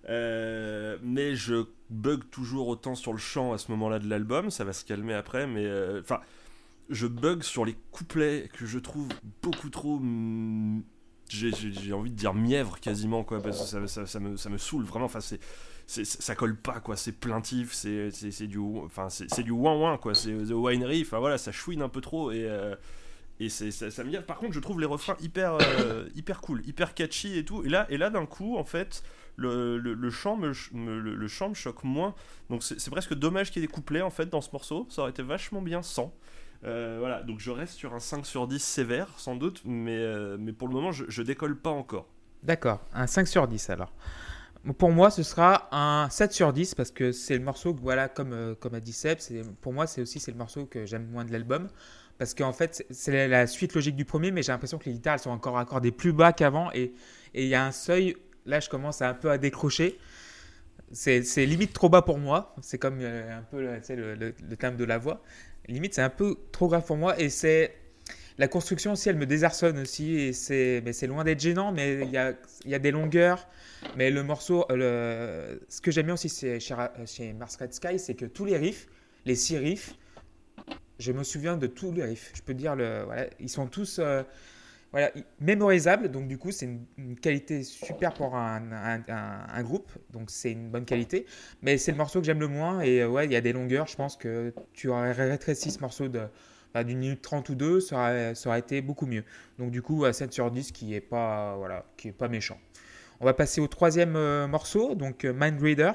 Euh, mais je bug toujours autant sur le chant à ce moment-là de l'album, ça va se calmer après, mais euh, enfin, je bug sur les couplets que je trouve beaucoup trop, mm, j'ai, j'ai- j'ai envie de dire mièvre quasiment, quoi, parce que ça, ça, ça me, ça me saoule vraiment. Enfin, c'est, c'est, ça colle pas, quoi. C'est plaintif, c'est, c'est, c'est du, enfin, c'est, c'est du ouin ouin, quoi. C'est The Winery, enfin voilà, ça chouine un peu trop et euh, et c'est, ça, ça me dit. Par contre, je trouve les refrains hyper, euh, hyper cool, hyper catchy et tout. Et là, et là d'un coup, en fait, le, le, le chant me, ch- me- le, le chant me choque moins. Donc c'est, c'est presque dommage qu'il y ait des couplets en fait dans ce morceau. Ça aurait été vachement bien sans. Euh, voilà, donc je reste sur un cinq sur dix sévère, sans doute, mais, euh, mais pour le moment, je, je décolle pas encore. D'accord, un cinq sur dix alors. Pour moi, ce sera un sept sur dix parce que c'est le morceau que, voilà, comme, euh, comme a dit Seb, c'est, pour moi, c'est aussi c'est le morceau que j'aime moins de l'album. Parce qu'en fait, c'est- c'est la, la suite logique du premier, mais j'ai l'impression que les guitares elles sont encore accordées plus bas qu'avant. Et et il y a un seuil, là, je commence à un peu à décrocher. C'est, c'est limite trop bas pour moi. C'est comme euh, un peu tu sais, le, le, le thème de la voix. Limite, c'est un peu trop grave pour moi. Et c'est. La construction aussi, elle me désarçonne aussi. Et c'est, mais c'est loin d'être gênant, mais il y a, il y a des longueurs. Mais le morceau, euh, le- ce que j'aime bien aussi c'est chez, Ra- chez Mars Red Sky, c'est que tous les riffs, les six riffs, je me souviens de tous les riffs. Je peux dire, le, voilà, ils sont tous euh, voilà, i- mémorisables. Donc, du coup, c'est une, une qualité super pour un, un- un- un groupe. Donc, c'est une bonne qualité. Mais c'est le morceau que j'aime le moins. Et euh, ouais, il y a des longueurs. Je pense que tu aurais rétréci ce morceau de, bah, d'une minute trente ou deux, ça aurait, ça aurait été beaucoup mieux. Donc, du coup, à sept sur dix, qui est pas, voilà, qui est pas méchant. On va passer au troisième euh, morceau, donc euh, Mind Reader.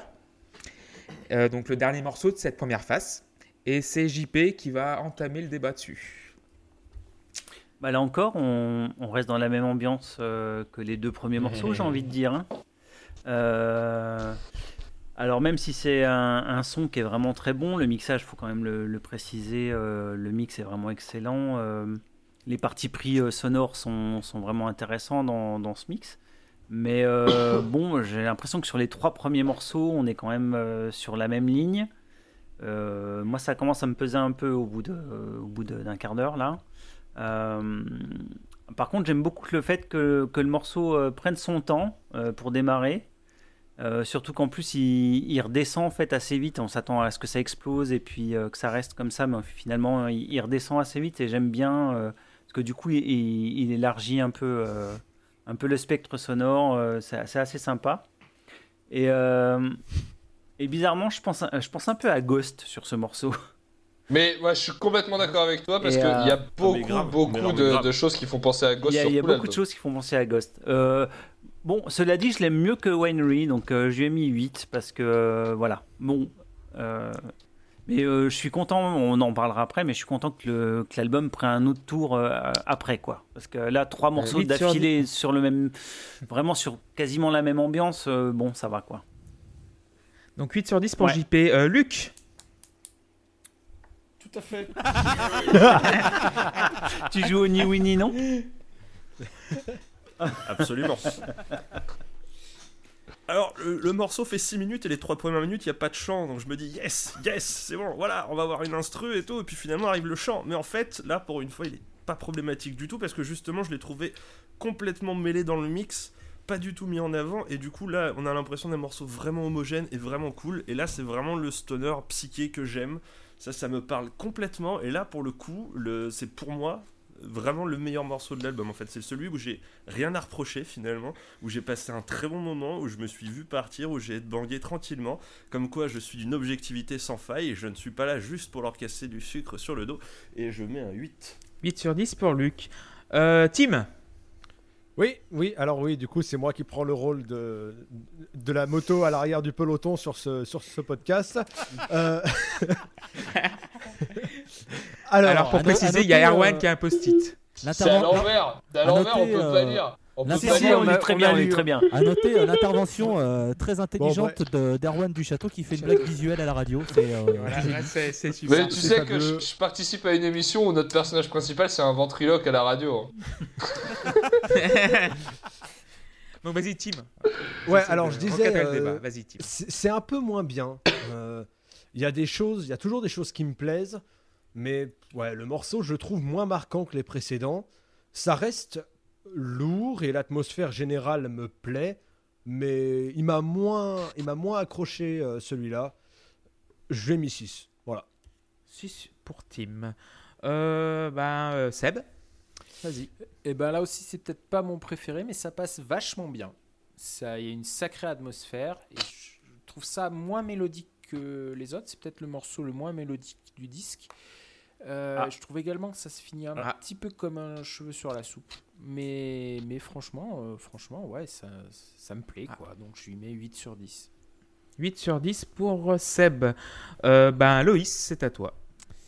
Euh, donc, le dernier morceau de cette première phase. Et c'est J P qui va entamer le débat dessus. Bah là encore, on, on reste dans la même ambiance euh, que les deux premiers morceaux, j'ai envie de dire. hein. Euh, alors même si c'est un, un son qui est vraiment très bon, le mixage, il faut quand même le, le préciser, euh, le mix est vraiment excellent. euh, les parties pris euh, sonores sont, sont vraiment intéressants dans, dans ce mix. Mais euh, bon, j'ai l'impression que sur les trois premiers morceaux, on est quand même euh, sur la même ligne. Euh, moi, ça commence à me peser un peu au bout, de, au bout de- d'un quart d'heure là. Euh, par contre, j'aime beaucoup le fait que, que le morceau euh, prenne son temps euh, pour démarrer. Euh, surtout qu'en plus, il, il redescend en fait assez vite. On s'attend à ce que ça explose et puis euh, que ça reste comme ça, mais finalement, il, il redescend assez vite. Et j'aime bien euh, parce que du coup, il, il, il élargit un peu, euh, un peu le spectre sonore. Euh, c'est, c'est assez sympa. Et, euh, et bizarrement, je pense, je pense un peu à Ghost sur ce morceau. Mais moi, je suis complètement d'accord avec toi parce Et, qu'il euh, y a beaucoup, grave, beaucoup mais de, grave. de choses qui font penser à Ghost. Il y a, sur il y a tout beaucoup l'album. de choses qui font penser à Ghost. Euh, bon, cela dit, je l'aime mieux que Winery, donc euh, je lui ai mis huit parce que euh, voilà. Bon, euh, mais euh, je suis content, on en parlera après, mais je suis content que, le, que l'album prenne un autre tour euh, après, quoi. Parce que là, trois morceaux huit sur d'affilée sur le même, vraiment sur quasiment la même ambiance, euh, bon, ça va, quoi. Donc huit sur dix pour Ouais. J P. Euh, Luc. Tout à fait. Tu joues au Ni Winnie, non? Absolument. Alors, le, le morceau fait six minutes et les trois premières minutes, il n'y a pas de chant. Donc je me dis, yes, yes, c'est bon, voilà, on va avoir une instru et tout. Et puis finalement arrive le chant. Mais en fait, là, pour une fois, il est pas problématique du tout parce que justement, je l'ai trouvé complètement mêlé dans le mix, pas du tout mis en avant. Et du coup, là, on a l'impression d'un morceau vraiment homogène et vraiment cool. Et là, c'est vraiment le stoner psyché que j'aime. Ça, ça me parle complètement. Et là, pour le coup, le, c'est pour moi vraiment le meilleur morceau de l'album. En fait, c'est celui où j'ai rien à reprocher finalement, où j'ai passé un très bon moment, où je me suis vu partir, où j'ai bangué tranquillement. Comme quoi, je suis d'une objectivité sans faille et je ne suis pas là juste pour leur casser du sucre sur le dos. Et je mets un huit. huit sur dix pour Luc. Euh, Tim. Oui, oui, alors oui, du coup, c'est moi qui prends le rôle de, de la moto à l'arrière du peloton sur ce, sur ce podcast. euh... alors, Alors, pour à no- préciser, à il y a noter, Erwan euh, qui a un post-it. C'est à L'interven- l'envers. C'est à à l'envers, on noter, peut euh, pas lire. On peut là, Si, pas c'est si, lire. on a- est très on bien, a on est lu- très bien. À noter euh, l'intervention euh, très intelligente de, d'Erwan du Château qui fait une blague visuelle à la radio. C'est, euh, Voilà, c'est là, génial. c'est, c'est super. Mais tu c'est sais fabuleux. que je, je participe à une émission où notre personnage principal c'est un ventriloque à la radio. Donc vas-y, Tim. ouais, J'essaie alors de je disais, recadrer le euh, débat. Vas-y, Tim. c'est c'est un peu moins bien. Euh, Il y a des choses, il y a toujours des choses qui me plaisent, mais ouais, le morceau, je le trouve moins marquant que les précédents. Ça reste lourd et l'atmosphère générale me plaît, mais il m'a moins, il m'a moins accroché euh, celui-là. Je lui ai mis six. Voilà. six pour Tim. Euh, ben, euh, Seb. Vas-y. Et ben là aussi, c'est peut-être pas mon préféré, mais ça passe vachement bien. Ça, il y a une sacrée atmosphère et je trouve ça moins mélodique que les autres. C'est peut-être le morceau le moins mélodique du disque. Euh, Ah. Je trouve également que ça se finit un Ah. petit peu comme un cheveu sur la soupe. Mais, mais franchement, euh, franchement, ouais, ça, ça me plaît, quoi. Donc je lui mets huit sur dix. huit sur dix pour euh, Seb. Euh, ben, Loïs, c'est à toi.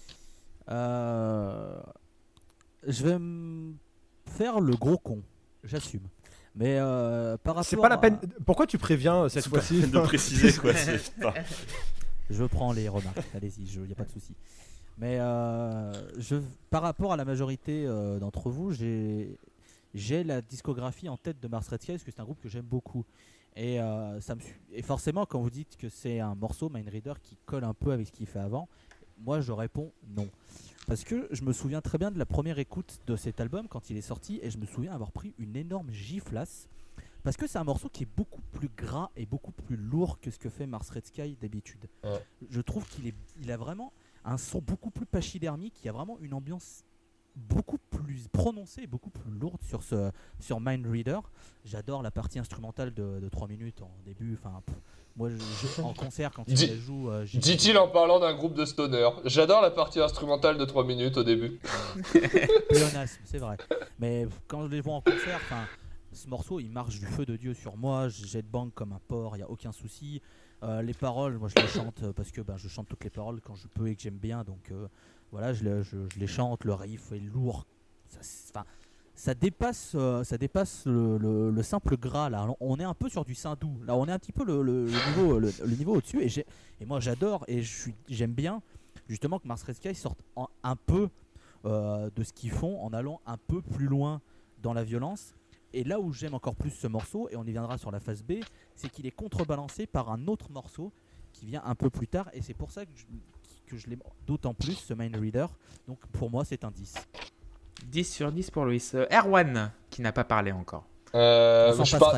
Euh, je vais me faire le gros con, j'assume. Mais euh, par rapport C'est pas la à- peine. Pourquoi tu préviens euh, cette C'est pas la fois-ci peine de préciser quoi. C'est pas... Je prends les remarques, allez-y, il n'y a pas de souci. Mais euh, je, par rapport à la majorité euh, d'entre vous, j'ai, j'ai la discographie en tête de Mars Red Sky parce que c'est un groupe que j'aime beaucoup. Et, euh, ça me, su- et forcément, quand vous dites que c'est un morceau, Mind Reader, qui colle un peu avec ce qu'il fait avant, moi je réponds non. Parce que je me souviens très bien de la première écoute de cet album quand il est sorti et je me souviens avoir pris une énorme giflasse. Parce que c'est un morceau qui est beaucoup plus gras et beaucoup plus lourd que ce que fait Mars Red Sky d'habitude. Ouais. Je trouve qu'il est, il a vraiment un son beaucoup plus pachydermique, il y a vraiment une ambiance beaucoup plus prononcée et beaucoup plus lourde sur, ce, sur Mind Reader. J'adore la partie instrumentale de, de trois minutes en début. Enfin, pff, moi, je, je- en concert, quand il Dis- la joue... euh, j'ai- Dit-il en parlant d'un groupe de stoner. J'adore la partie instrumentale de trois minutes au début. Pléonasme, c'est vrai. Mais quand je les vois en concert, enfin, ce morceau, il marche du feu de Dieu sur moi. Je jette bang comme un porc, il n'y a aucun souci. Euh, les paroles, moi je les chante euh, parce que ben, je chante toutes les paroles quand je peux et que j'aime bien. Donc euh, voilà, je, le- je- je les chante. Le riff est lourd. Ça, c'est- enfin, ça dépasse, euh, ça dépasse le, le- le simple gras là. On est un peu sur du Sindou. Là, on est un petit peu le, le- le niveau, le, le niveau au-dessus. Et, j'ai- et moi, j'adore et je suis, j'aime bien justement que Mars Red Sky sorte en- un peu euh, de ce qu'ils font en allant un peu plus loin dans la violence. Et là où j'aime encore plus ce morceau, et on y viendra sur la phase B, c'est qu'il est contrebalancé par un autre morceau qui vient un peu plus tard. Et c'est pour ça que je, que je l'aime d'autant plus, ce Mind Reader. Donc pour moi, c'est un dix. dix sur dix pour Loïs. Euh, Erwan, qui n'a pas parlé encore. Euh, On s'en je, passerait. par- je-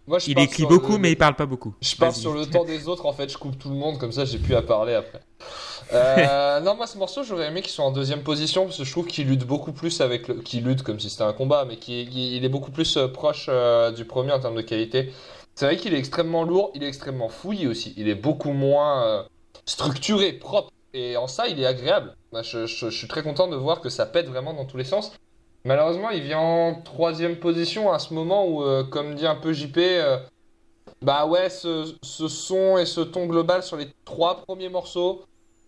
Moi, je Il pars écrit sur beaucoup, le- mais il parle pas beaucoup. Je pars Vas-y. sur le temps des autres, en fait, je coupe tout le monde, comme ça j'ai plus à parler après. Euh, non, moi ce morceau, j'aurais aimé qu'il soit en deuxième position, parce que je trouve qu'il lutte beaucoup plus avec le. Qu'il lutte comme si c'était un combat, mais qu'il qu'il- il est beaucoup plus euh, proche euh, du premier en termes de qualité. C'est vrai qu'il est extrêmement lourd, il est extrêmement fouillis aussi, il est beaucoup moins euh, structuré, propre, et en ça il est agréable. Moi, je, je- je suis très content de voir que ça pète vraiment dans tous les sens. Malheureusement, il vient en troisième position à ce moment où, euh, comme dit un peu J P. euh, Bah ouais, ce, ce son et ce ton global sur les trois premiers morceaux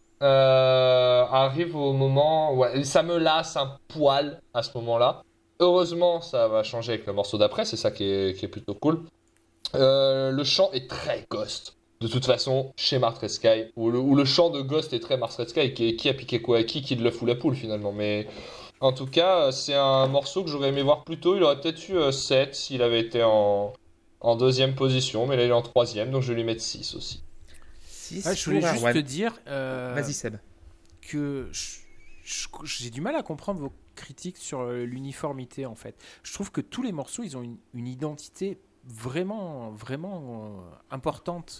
euh, arrive au moment... Ouais, ça me lasse un poil à ce moment-là. Heureusement, ça va changer avec le morceau d'après, c'est ça qui est, qui est plutôt cool. Euh, le chant est très Ghost. De toute façon, chez Mars Red Sky, où le, où le chant de Ghost est très Mars Red Sky, qui, qui a piqué quoi à qui, qui de l'œuf ou la poule finalement. Mais en tout cas, c'est un morceau que j'aurais aimé voir plus tôt. Il aurait peut-être eu euh, sept s'il avait été en... en deuxième position, mais là il est en troisième, donc je vais lui mettre six aussi. six Ouais, je voulais pour juste Erwan. te dire euh, Vas-y, Seb. que je- je- j'ai du mal à comprendre vos critiques sur euh, l'uniformité en fait. Je trouve que tous les morceaux, ils ont une, une identité vraiment, vraiment euh, importante.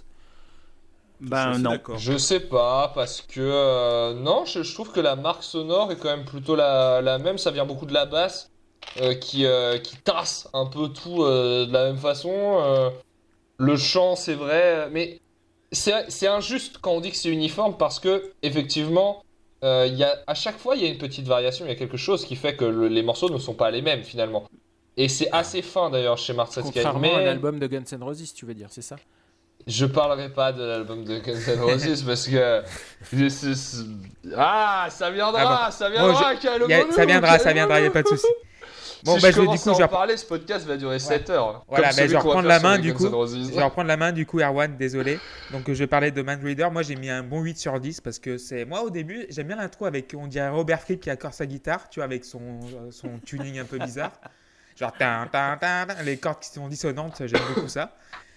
Je Ben suis non. d'accord. Je sais pas, parce que... euh, non, je, je trouve que la marque sonore est quand même plutôt la, la même, ça vient beaucoup de la basse, euh, qui, euh, qui tasse un peu tout euh, de la même façon. euh, le chant, c'est vrai, mais c'est c'est injuste quand on dit que c'est uniforme, parce que, effectivement, euh, il y a, à chaque fois, il y a une petite variation, il y a quelque chose qui fait que le- les morceaux ne sont pas les mêmes, finalement. Et c'est assez fin, d'ailleurs, chez Mars Red Sky. Contrairement mais... à un album de Guns N' Roses, tu veux dire, c'est ça? Je parlerai pas de l'album de Guns N' Roses parce que. je- c'est- c'est- Ah, ça viendra, Ah ça Bon, viendra, je- calmons-nous, y a- ça viendra, ça calmons-nous. viendra, y a pas de souci. Bon, si bah, je je, du commence coup, à je en vais, parler, ce podcast va durer sept heures. Voilà, comme mais celui je vais qu'on va reprendre faire la sur main, les du Guns coup. N' Roses. je vais reprendre la main, du coup, Erwan, désolé. Donc, je vais parler de Mind Reader. Moi, j'ai mis un bon huit sur dix parce que c'est. Moi, au début, j'aime bien l'intro avec, on dirait Robert Fripp qui accorde sa guitare, tu vois, avec son, euh, son tuning un peu bizarre. Genre, tin, tin, tin, tin, les cordes qui sont dissonantes, j'aime beaucoup ça.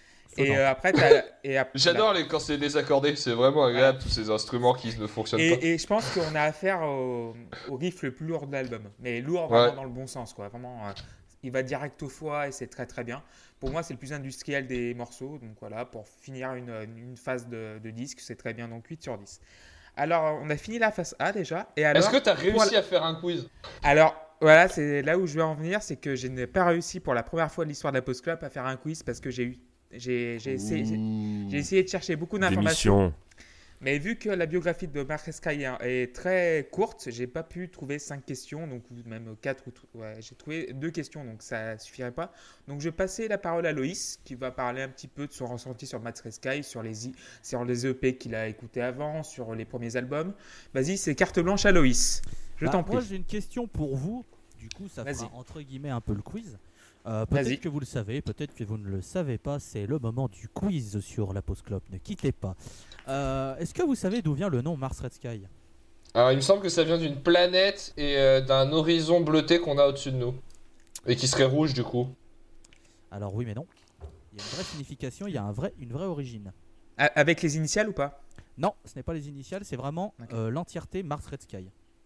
Et euh, après, t'as. et ap- J'adore les... quand c'est désaccordé, c'est vraiment agréable, tous ces instruments qui ne fonctionnent pas. Et, et je pense qu'on a affaire au, au riff le plus lourd de l'album. Mais lourd vraiment Ouais. dans le bon sens, quoi. Vraiment, euh, il va direct au foie et c'est très très bien. Pour moi, c'est le plus industriel des morceaux. Donc voilà, pour finir une, une phase de, de disque, c'est très bien. Donc huit sur dix. Alors, on a fini la phase A déjà. Et alors, Est-ce que t'as réussi pour la- à faire un quiz? Alors, voilà, c'est là où je vais en venir. C'est que je n'ai pas réussi pour la première fois de l'histoire de la Post Club à faire un quiz parce que j'ai eu. J'ai j'ai essayé, j'ai essayé de chercher beaucoup d'informations. D'émission. Mais vu que la biographie de Mark Sky est, est très courte, j'ai pas pu trouver cinq questions, donc ou même quatre ou tout- ouais, j'ai trouvé deux questions, donc ça suffirait pas. Donc je vais passer la parole à Loïs, qui va parler un petit peu de son ressenti sur Mark Sky, sur les i- sur les E P qu'il a écoutés avant, sur les premiers albums. Vas-y, c'est carte blanche à Loïs. Je Bah, t'en prie. Moi, j'ai une question pour vous. Du coup, ça Vas-y. fera entre guillemets un peu le quiz. Euh, Vas-y. peut-être que vous le savez, peut-être que vous ne le savez pas. C'est le moment du quiz sur la Pause Clope. Ne quittez pas. Euh, Est-ce que vous savez d'où vient le nom Mars Red Sky? Alors, il me semble que ça vient d'une planète et euh, d'un horizon bleuté qu'on a au-dessus de nous. Et qui serait rouge du coup. Alors oui, mais non. Il y a une vraie signification. Il y a un vrai, une vraie origine. A- Avec les initiales ou pas? Non, ce n'est pas les initiales. C'est vraiment Ok. euh, l'entièreté Mars Red Sky.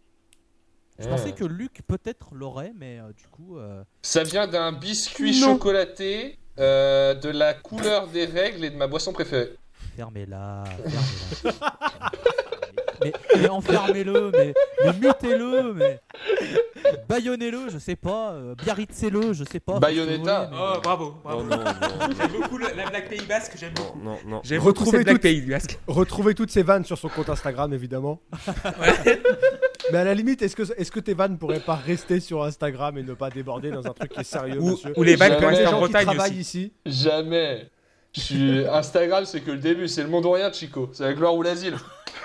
Je Ah. pensais que Luc peut-être l'aurait, mais euh, du coup. euh, Ça vient d'un biscuit Non. chocolaté, euh, de la couleur des règles et de ma boisson préférée. Fermez-la, fermez-la. mais, mais enfermez-le, mais, mais mutez-le, mais baïonnez-le, je sais pas, euh, biarritzez-le, je sais pas. Bayonetta. faites ce que vous voulez, Oh, bravo, Non, bravo. non, non, J'aime beaucoup le- la Black Pays basque, j'aime non, beaucoup. non, non. J'aime Retrouvez beaucoup cette Black toutes- Pays basque. Retrouvez toutes ces vannes sur son compte Instagram, évidemment. Mais à la limite, est-ce que, est-ce que tes vannes pourraient pas rester sur Instagram et ne pas déborder dans un truc qui est sérieux, Ou, monsieur? ou les vannes Jamais. qui Les restent en gens qui Bretagne travaillent aussi. ici. Jamais. Je suis... Instagram, c'est que le début, c'est le monde ou rien, Chico. C'est la gloire ou l'asile.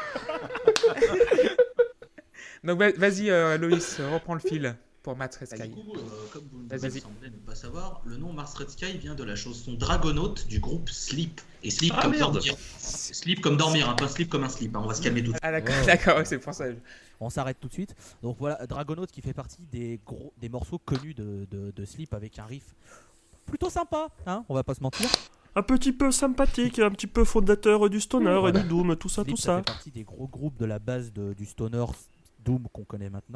Donc va- vas-y, euh, Loïs, reprends le fil pour Mars Red Ah, Sky. du coup, euh, comme vous Vas-y. le semblez ne pas savoir, le nom Mars Red Sky vient de la chanson Dragonaut du groupe Sleep. Et Sleep Ah, comme merde. dormir. Sleep comme dormir, hein, pas Sleep comme un slip. hein, On va se calmer tout de suite. Ah d'accord, d'accord, ouais, c'est pour ça. On s'arrête tout de suite. Donc voilà, Dragonaut qui fait partie des, gros, des morceaux connus de, de, de Sleep avec un riff plutôt sympa, hein, on va pas se mentir. Un petit peu sympathique, un petit peu fondateur du stoner et du doom, tout ça, Sleep, tout ça ça. fait partie des gros groupes de la base de- du stoner Doom qu'on connaît maintenant,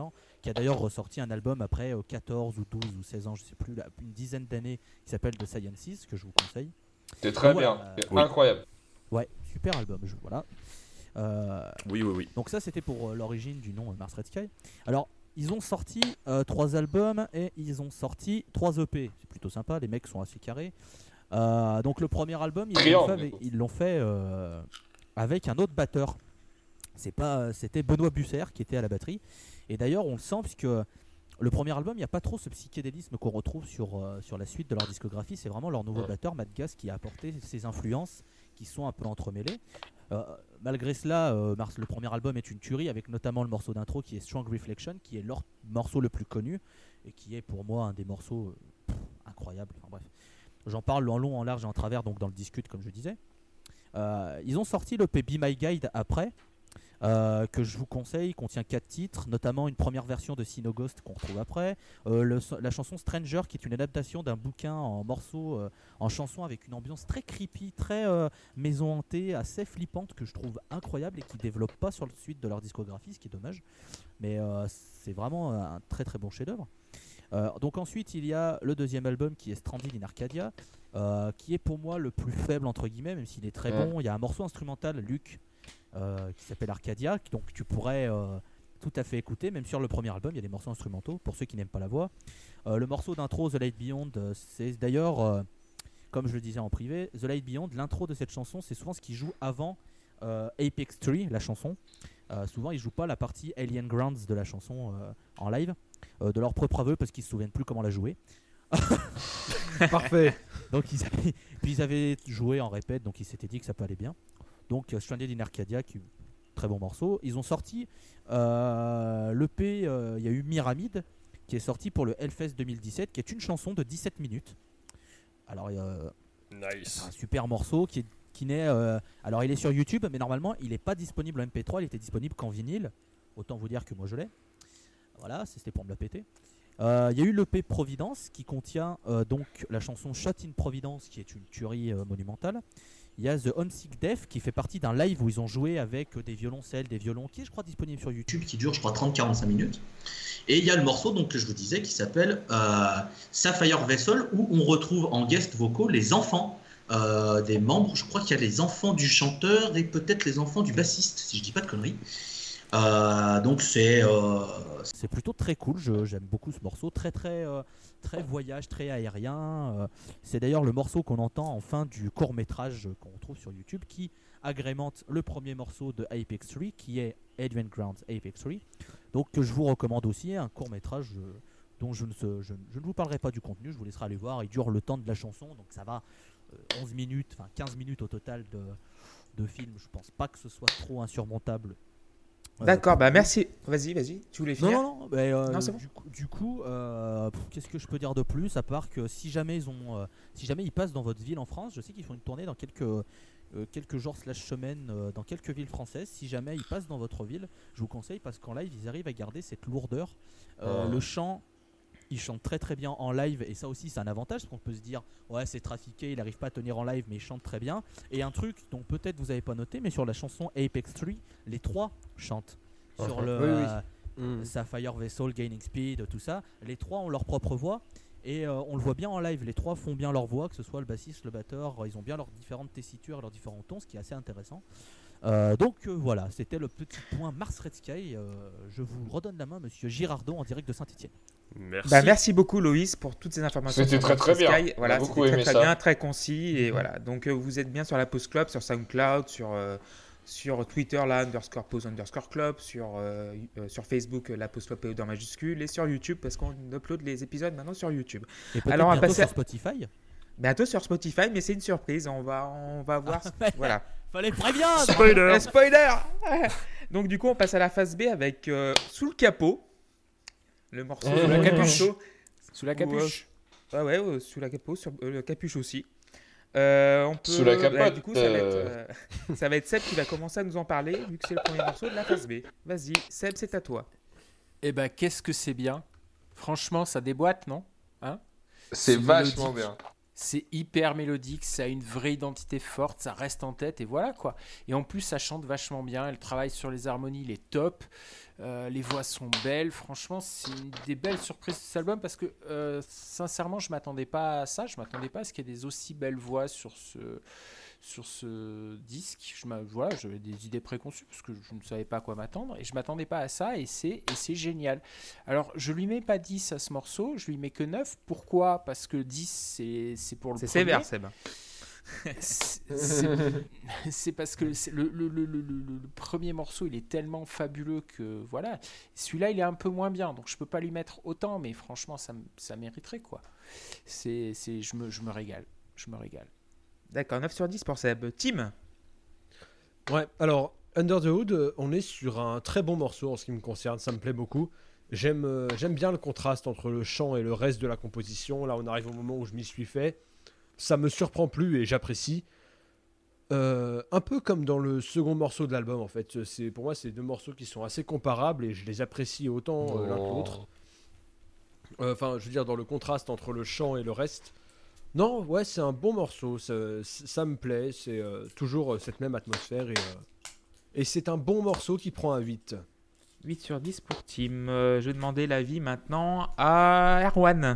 qui a d'ailleurs ressorti un album après euh, quatorze ou douze ou seize ans, je sais plus, là, une dizaine d'années, qui s'appelle The Sciences, que je vous conseille. C'est très Donc, bien, voilà, c'est euh, incroyable. Ouais, super album, je, voilà. Euh, Oui, oui, oui. donc ça, c'était pour euh, l'origine du nom euh, Mars Red Sky. Alors, ils ont sorti euh, trois albums et ils ont sorti trois E P. C'est plutôt sympa, les mecs sont assez carrés. Euh, donc le premier album, ils l'ont Triangle, fait, avec, ils l'ont fait euh, avec un autre batteur. C'est pas, c'était Benoît Busser qui était à la batterie. Et d'ailleurs, on le sent puisque le premier album, il n'y a pas trop ce psychédélisme qu'on retrouve sur, euh, sur la suite de leur discographie. C'est vraiment leur nouveau Ouais. batteur, Matt Gass, qui a apporté ses influences qui sont un peu entremêlées. Euh, malgré cela, euh, Mars, le premier album est une tuerie avec notamment le morceau d'intro qui est Strong Reflection, qui est leur morceau le plus connu et qui est pour moi un des morceaux euh, pff, incroyables. Enfin bref, j'en parle en long, en large et en travers, donc dans le discute comme je disais. Euh, ils ont sorti le P Be My Guide après, euh, que je vous conseille, contient quatre titres, notamment une première version de Sino Ghost qu'on retrouve après, euh, le, la chanson Stranger qui est une adaptation d'un bouquin en morceaux, euh, en chanson avec une ambiance très creepy, très euh, maison hantée, assez flippante, que je trouve incroyable et qui développe pas sur la suite de leur discographie, ce qui est dommage, mais euh, c'est vraiment un très très bon chef-d'œuvre. Euh, donc ensuite il y a le deuxième album qui est Stranded in Arcadia, euh, qui est pour moi le plus faible entre guillemets, même s'il est très Ouais. bon. Il y a un morceau instrumental, Luc, euh, qui s'appelle Arcadia, donc tu pourrais euh, tout à fait écouter. Même sur le premier album, il y a des morceaux instrumentaux pour ceux qui n'aiment pas la voix. Euh, le morceau d'intro The Light Beyond, euh, c'est d'ailleurs, euh, comme je le disais en privé, The Light Beyond, l'intro de cette chanson, c'est souvent ce qui joue avant euh, Apex trois, la chanson. Euh, souvent, ils jouent pas la partie Alien Grounds de la chanson euh, en live, euh, de leur propre aveu, parce qu'ils se souviennent plus comment la jouer. Parfait. Donc ils avaient, puis ils avaient joué en répète, donc ils s'étaient dit que ça peut aller bien. Donc euh, Stranded in Arcadia, qui très bon morceau. Ils ont sorti euh, l'E P, il euh, y a eu Pyramide, qui est sorti pour le Hellfest deux mille dix-sept, qui est une chanson de dix-sept minutes. Alors euh, Nice. c'est un super morceau qui est qui n'est euh, alors il est sur YouTube, mais normalement il n'est pas disponible en M P trois, il était disponible qu'en vinyle. Autant vous dire que moi je l'ai. Voilà, c'était pour me la péter. Il euh, y a eu l'E P Providence qui contient euh, donc la chanson Shot in Providence, qui est une tuerie euh, monumentale. Il y a The Homesick Death qui fait partie d'un live où ils ont joué avec euh, des violoncelles, des violons, qui est je crois disponible sur YouTube. Qui dure, je crois, trente à quarante-cinq minutes. Et il y a le morceau donc, que je vous disais qui s'appelle euh, Sapphire Vessel, où on retrouve en guest vocaux les enfants euh, des membres. Je crois qu'il y a les enfants du chanteur et peut-être les enfants du bassiste, si je dis pas de conneries. Euh, donc c'est euh, C'est plutôt très cool, je- j'aime beaucoup ce morceau, très très euh, très voyage, très aérien. euh, c'est d'ailleurs le morceau qu'on entend en fin du court métrage qu'on trouve sur YouTube, qui agrémente le premier morceau de Apex trois, qui est Advent Grounds Apex trois. Donc que je vous recommande aussi, un court métrage euh, dont je ne, se- je, je ne vous parlerai pas du contenu, je vous laisserai aller voir. Il dure le temps de la chanson, donc ça va euh, onze minutes, enfin quinze minutes au total de, de film. Je pense pas que ce soit trop insurmontable. Euh, D'accord, pour bah vous. merci. Vas-y, vas-y. Tu voulais Non, finir? non, non, mais, euh, Non, c'est bon. du coup, du coup, euh, pff, qu'est-ce que je peux dire de plus, à part que si jamais ils ont, euh, si jamais ils passent dans votre ville en France, je sais qu'ils font une tournée dans quelques, euh, quelques jours slash semaines euh, dans quelques villes françaises. Si jamais ils passent dans votre ville, je vous conseille parce qu'en live ils arrivent à garder cette lourdeur. Euh, Oh. Le chant, ils chantent très très bien en live et ça aussi c'est un avantage parce qu'on peut se dire ouais c'est trafiqué, il n'arrive pas à tenir en live mais il chante très bien. Et un truc dont peut-être vous n'avez pas noté, mais sur la chanson Apex trois, les trois chantent. Sur Mhm. le Oui, oui. euh, Mm. Sapphire Vessel, Gaining Speed, tout ça, les trois ont leur propre voix et euh, on le voit bien en live, les trois font bien leur voix, que ce soit le bassiste, le batteur, ils ont bien leurs différentes tessitures, leurs différents tons, ce qui est assez intéressant. Euh, donc euh, voilà, c'était le petit point Mars Red Sky. Euh, je vous redonne la main, monsieur Girardot, en direct de Saint-Etienne. Merci. Bah, merci beaucoup Loïs pour toutes ces informations. C'était sur très, très Sky. bien. On a Voilà, beaucoup c'était aimé très, ça. très bien, très concis et voilà. Donc euh, vous êtes bien sur la Pause Club, sur SoundCloud, sur euh, sur Twitter là underscore Pause underscore Club, sur euh, euh, sur Facebook euh, la Pause Club P O en majuscule et sur YouTube parce qu'on upload les épisodes maintenant sur YouTube. Et peut-être Alors, on va bientôt passer sur à- Spotify. Bientôt sur Spotify, mais c'est une surprise. On va on va voir. Ah, Voilà. Fallait le prévenir. Spoiler. Euh, spoiler. Donc du coup on passe à la phase B avec euh, Sous le capot. Le morceau. Sous la le capuche. morceau. Sous la Ou, capuche. Ouais, ouais, euh, sous la capuche, sur euh, le capuche aussi. Euh, on peut, Sous la capote, bah, du coup, ça va, être, euh. euh, ça va être Seb qui va commencer à nous en parler, vu que c'est le premier morceau de la phase B. Vas-y, Seb, c'est à toi. Eh ben, qu'est-ce que c'est bien. Franchement, ça déboîte, non? Hein? C'est C'est vachement mélodique. bien. C'est hyper mélodique, ça a une vraie identité forte, ça reste en tête et voilà quoi. Et en plus, ça chante vachement bien, elle travaille sur les harmonies, il est top, euh, les voix sont belles. Franchement, c'est une des belles surprises de cet album parce que euh, sincèrement, je m'attendais pas à ça, je m'attendais pas à ce qu'il y ait des aussi belles voix sur ce, sur ce disque. Je m'a- voilà, j'avais des idées préconçues parce que je ne savais pas à quoi m'attendre et je m'attendais pas à ça et c'est, et c'est génial. Alors, je lui mets pas dix à ce morceau, je lui mets que neuf. Pourquoi ? Parce que dix, c'est, c'est pour le C'est premier. sévère, Seb. C'est, c'est- c'est parce que c'est le, le, le, le, le- le premier morceau, il est tellement fabuleux que voilà. Celui-là, il est un peu moins bien, donc je peux pas lui mettre autant, mais franchement, ça, m- ça mériterait quoi. C'est, c'est, je me, je me régale, je me régale. D'accord, neuf sur dix pour Seb. Tim. Ouais, alors, Under the Hood, euh, on est sur un très bon morceau en ce qui me concerne, ça me plaît beaucoup. J'aime euh, j'aime bien le contraste entre le chant et le reste de la composition. Là, on arrive au moment où je m'y suis fait. Ça me surprend plus et j'apprécie. Euh, un peu comme dans le second morceau de l'album, en fait. C'est, pour moi, c'est deux morceaux qui sont assez comparables et je les apprécie autant euh, l'un que l'autre. Euh, Enfin, je veux dire, dans le contraste entre le chant et le reste. Non, ouais, c'est un bon morceau. Ça, ça me plaît. C'est euh, toujours euh, cette même atmosphère. Et, euh, et c'est un bon morceau qui prend un huit. huit sur dix pour Tim. Euh, je vais demander l'avis maintenant à Erwan.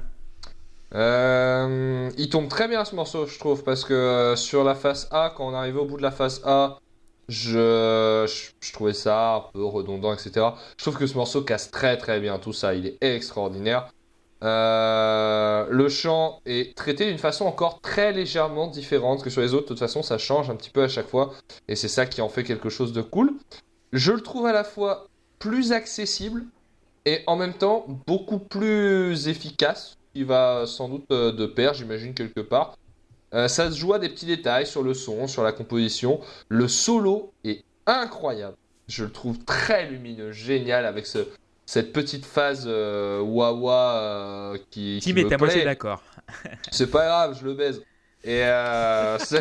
Euh, il tombe très bien ce morceau, je trouve, parce que euh, sur la face A, quand on arrivait au bout de la face A, je, je, je trouvais ça un peu redondant, et cetera. Je trouve que ce morceau casse très très bien tout ça, il est extraordinaire. Euh, le chant est traité d'une façon encore très légèrement différente que sur les autres. De toute façon, ça change un petit peu à chaque fois, et c'est ça qui en fait quelque chose de cool. Je le trouve à la fois plus accessible et en même temps beaucoup plus efficace. Il va sans doute euh, de pair, j'imagine, quelque part. Euh, ça se joue à des petits détails sur le son, sur la composition. Le solo est incroyable. Je le trouve très lumineux, génial, avec ce, cette petite phase euh, wah-wah euh, qui, qui Tim est me à moitié plaît. d'accord. C'est pas grave, je le baise. Et, euh, c'est-